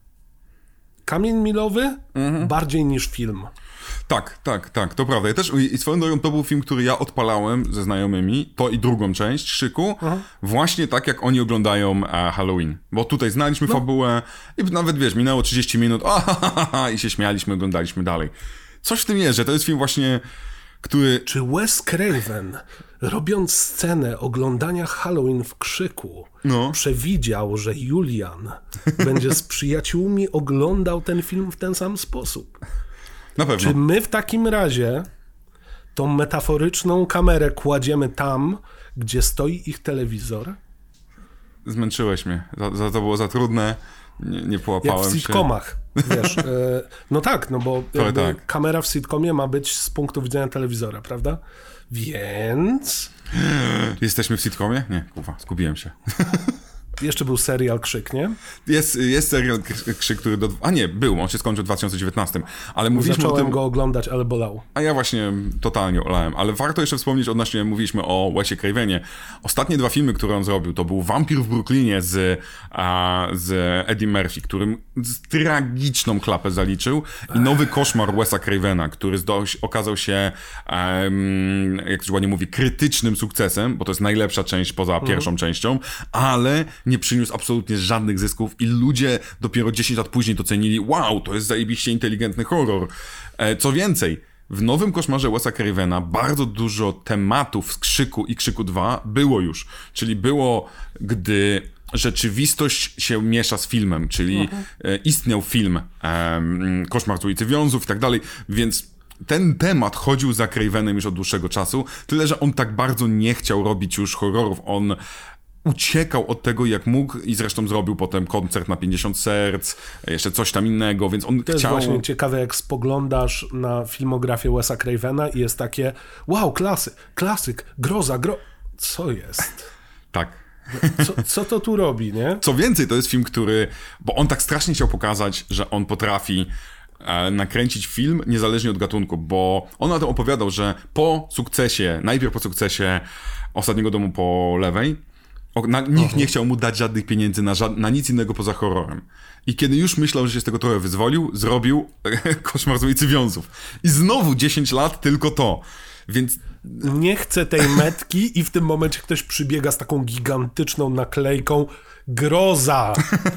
kamień milowy bardziej niż film. Tak, to prawda. Ja też, i swoją drogą, to był film, który ja odpalałem ze znajomymi, to i drugą część Szyku, właśnie tak jak oni oglądają Halloween. Bo tutaj znaliśmy fabułę i nawet, wiesz, minęło 30 minut, i się śmialiśmy, oglądaliśmy dalej. Coś w tym jest, że to jest film właśnie, który... Czy Wes Craven, robiąc scenę oglądania Halloween w Krzyku, przewidział, że Julian będzie z przyjaciółmi oglądał ten film w ten sam sposób? Na pewno. Czy my w takim razie tą metaforyczną kamerę kładziemy tam, gdzie stoi ich telewizor? Zmęczyłeś mnie. To było za trudne. Nie połapałem się. Jak w sitcomach, wiesz. No tak, no bo kamera w sitcomie ma być z punktu widzenia telewizora, prawda? Więc... Jesteśmy w sitcomie? Nie, kurwa, zgubiłem się. Jeszcze był serial Krzyk, nie? Jest serial Krzyk, który... był, on się skończył w 2019, ale mówiliśmy Zacząłem o tym... go oglądać, ale bolał. A ja właśnie totalnie olałem, ale warto jeszcze wspomnieć odnośnie, mówiliśmy o Wesie Cravenie. Ostatnie 2 filmy, które on zrobił, to był Wampir w Brooklynie z Eddie Murphy, którym tragiczną klapę zaliczył, i Nowy koszmar Wesa Cravena, który okazał się, jak to ładnie mówi, krytycznym sukcesem, bo to jest najlepsza część poza pierwszą częścią, ale nie przyniósł absolutnie żadnych zysków i ludzie dopiero 10 lat później docenili, wow, to jest zajebiście inteligentny horror. Co więcej, w Nowym koszmarze Wesa Cravena bardzo dużo tematów z Krzyku i Krzyku 2 było już. Czyli było, gdy rzeczywistość się miesza z filmem, czyli istniał film Koszmar z ulicy Wiązów i tak dalej, więc ten temat chodził za Cravenem już od dłuższego czasu, tyle, że on tak bardzo nie chciał robić już horrorów, on uciekał od tego jak mógł i zresztą zrobił potem Koncert na 50 serc, jeszcze coś tam innego, więc on To chciał... jest właśnie ciekawe, jak spoglądasz na filmografię Wesa Cravena i jest takie wow, klasyk, groza, co jest? Tak. Co to tu robi, nie? Co więcej, to jest film, który... Bo on tak strasznie chciał pokazać, że on potrafi nakręcić film niezależnie od gatunku, bo on na tym opowiadał, że najpierw po sukcesie Ostatniego domu po lewej, nikt nie chciał mu dać żadnych pieniędzy na nic innego poza horrorem. I kiedy już myślał, że się z tego trochę wyzwolił, zrobił Koszmar z ulicy Wiązów. I znowu 10 lat tylko to. Więc... Nie chcę tej metki i w tym momencie ktoś przybiega z taką gigantyczną naklejką groza.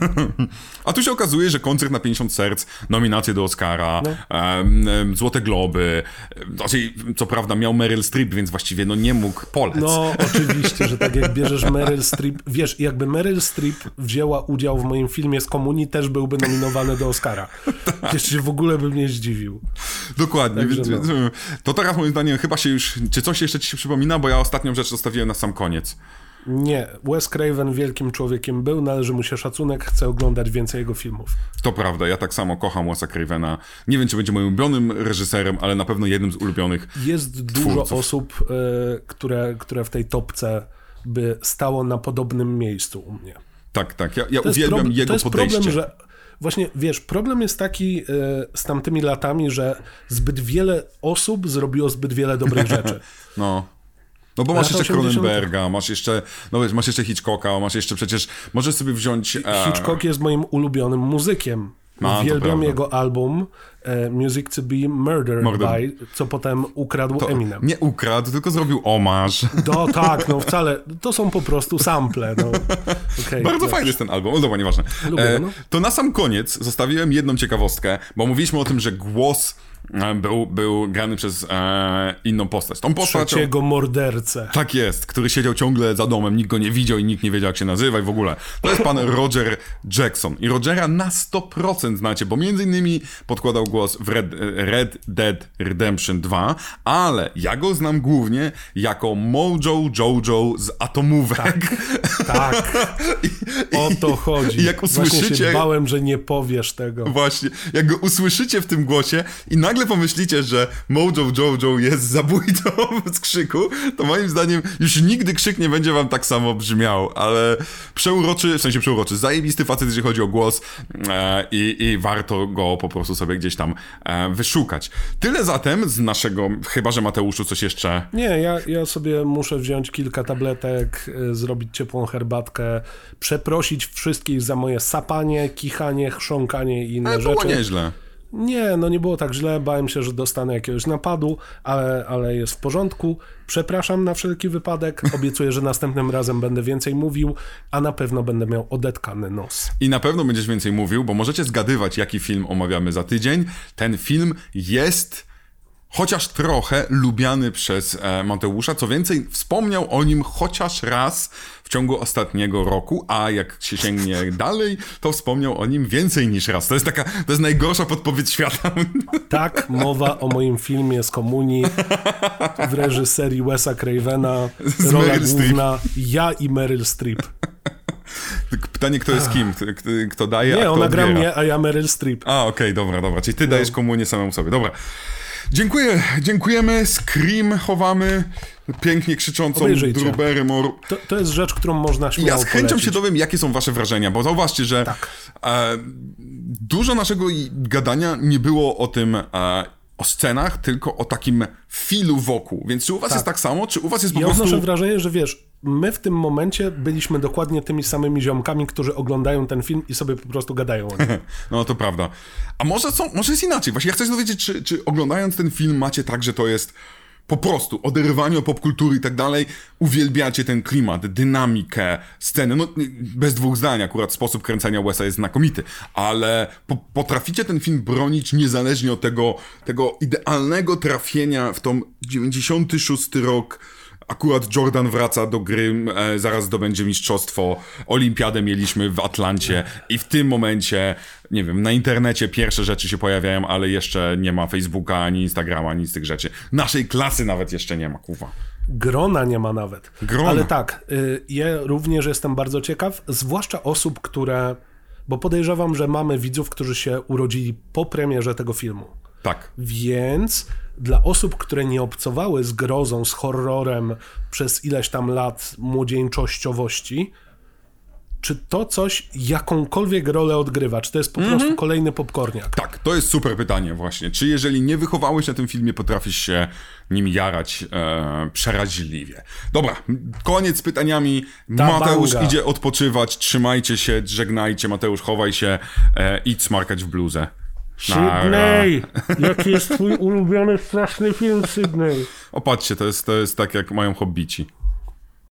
A tu się okazuje, że Koncert na 50 serc, nominacje do Oscara, Złote Globy, co prawda miał Meryl Streep, więc właściwie nie mógł polec. No, oczywiście, że tak jak bierzesz Meryl Streep, wiesz, jakby Meryl Streep wzięła udział w moim filmie z Komunii, też byłby nominowany do Oscara. Jeszcze w ogóle bym nie zdziwił. Dokładnie. Także To teraz moim zdaniem chyba się już... Czy coś jeszcze ci się przypomina? Bo ja ostatnią rzecz zostawiłem na sam koniec. Nie, Wes Craven wielkim człowiekiem był, należy mu się szacunek, chcę oglądać więcej jego filmów. To prawda, ja tak samo kocham Wesa Cravena. Nie wiem, czy będzie moim ulubionym reżyserem, ale na pewno jednym z ulubionych Jest twórców. dużo osób, które w tej topce by stało na podobnym miejscu u mnie. Tak. Ja uwielbiam jego to jest podejście. Problem, że właśnie, wiesz, problem jest taki z tamtymi latami, że zbyt wiele osób zrobiło zbyt wiele dobrych rzeczy. No bo masz Lata jeszcze 80. Cronenberga, masz jeszcze Hitchcocka, masz jeszcze przecież... Możesz sobie wziąć... Hitchcock jest moim ulubionym muzykiem. Uwielbiam jego album Music to be Murdered by, co potem ukradł Eminem. Nie ukradł, tylko zrobił omaż. Tak, wcale. To są po prostu sample. Okay, Bardzo fajny jest ten album, dobra, nieważne. Lubię, To na sam koniec zostawiłem jedną ciekawostkę, bo mówiliśmy o tym, że głos był grany przez inną postać. Tą postacią... Trzeciego mordercę. Tak jest, który siedział ciągle za domem, nikt go nie widział i nikt nie wiedział, jak się nazywa i w ogóle. To jest pan Roger Jackson. I Rogera na 100% znacie, bo między innymi podkładał głos w Red Dead Redemption 2, ale ja go znam głównie jako Mojo Jojo z Atomówek. Tak. O to chodzi. I jak usłyszycie... Właśnie się bałem, że nie powiesz tego. Właśnie. Jak go usłyszycie w tym głosie i nagle pomyślicie, że Mojo Jojo jest zabójcą z krzyku, to moim zdaniem już nigdy krzyk nie będzie wam tak samo brzmiał, ale przeuroczy, zajebisty facet, jeżeli chodzi o głos i warto go po prostu sobie gdzieś tam wyszukać. Tyle zatem z naszego, chyba że Mateuszu coś jeszcze... Nie, ja sobie muszę wziąć kilka tabletek, zrobić ciepłą herbatkę, przeprosić wszystkich za moje sapanie, kichanie, chrząkanie i inne rzeczy. Było nieźle. Nie, nie było tak źle, bałem się, że dostanę jakiegoś napadu, ale jest w porządku. Przepraszam na wszelki wypadek, obiecuję, że następnym razem będę więcej mówił, a na pewno będę miał odetkany nos. I na pewno będziesz więcej mówił, bo możecie zgadywać, jaki film omawiamy za tydzień. Ten film jest... chociaż trochę lubiany przez Mateusza. Co więcej, wspomniał o nim chociaż raz w ciągu ostatniego roku, a jak się sięgnie dalej, to wspomniał o nim więcej niż raz. To jest najgorsza podpowiedź świata. Tak, mowa o moim filmie z Komunii w reżyserii Wesa Cravena. Rola główna, ja i Meryl Streep. Pytanie, kto jest kim? Kto daje, Nie, a kto ona gra odbiera. mnie, a ja Meryl Streep. A, okej, dobra. Czyli ty dajesz Komunię samemu sobie. Dobra. Dziękujemy. Scream chowamy. Pięknie krzyczącą Drew Barrymore. To jest rzecz, którą można śmiało Ja z chęcią polecić. się dowiem, jakie są wasze wrażenia, bo zauważcie, że Tak. Dużo naszego gadania nie było o tym, o scenach, tylko o takim filu wokół. Więc czy u was jest tak samo, czy u was jest po Ja prostu... odnoszę wrażenie, że wiesz, my w tym momencie byliśmy dokładnie tymi samymi ziomkami, którzy oglądają ten film i sobie po prostu gadają o nim. No to prawda. A może jest inaczej. Właśnie ja chcę się dowiedzieć, czy oglądając ten film macie tak, że to jest po prostu oderwanie od popkultury i tak dalej, uwielbiacie ten klimat, dynamikę, sceny. No bez dwóch zdań, akurat sposób kręcenia Wesa jest znakomity, ale potraficie ten film bronić niezależnie od tego idealnego trafienia w tą 96 rok akurat Jordan wraca do gry, zaraz zdobędzie mistrzostwo, olimpiadę mieliśmy w Atlancie i w tym momencie, nie wiem, na internecie pierwsze rzeczy się pojawiają, ale jeszcze nie ma Facebooka, ani Instagrama, ani z tych rzeczy. Naszej klasy nawet jeszcze nie ma, kurwa. Grona nie ma nawet. Grona. Ale tak, ja również jestem bardzo ciekaw, zwłaszcza osób, które... Bo podejrzewam, że mamy widzów, którzy się urodzili po premierze tego filmu. Tak. Więc dla osób, które nie obcowały z grozą, z horrorem przez ileś tam lat młodzieńczościowości, czy to coś jakąkolwiek rolę odgrywa? Czy to jest po prostu kolejny popcorniak? Tak, to jest super pytanie właśnie. Czy jeżeli nie wychowałeś na tym filmie, potrafisz się nim jarać przeraźliwie? Dobra, koniec z pytaniami. Mateusz idzie odpoczywać, trzymajcie się, żegnajcie. Mateusz, chowaj się, idź smarkać w bluzę. Sydney! Jaki jest twój ulubiony straszny film, Sydney? Opatrzcie, to jest tak, jak mają hobbici.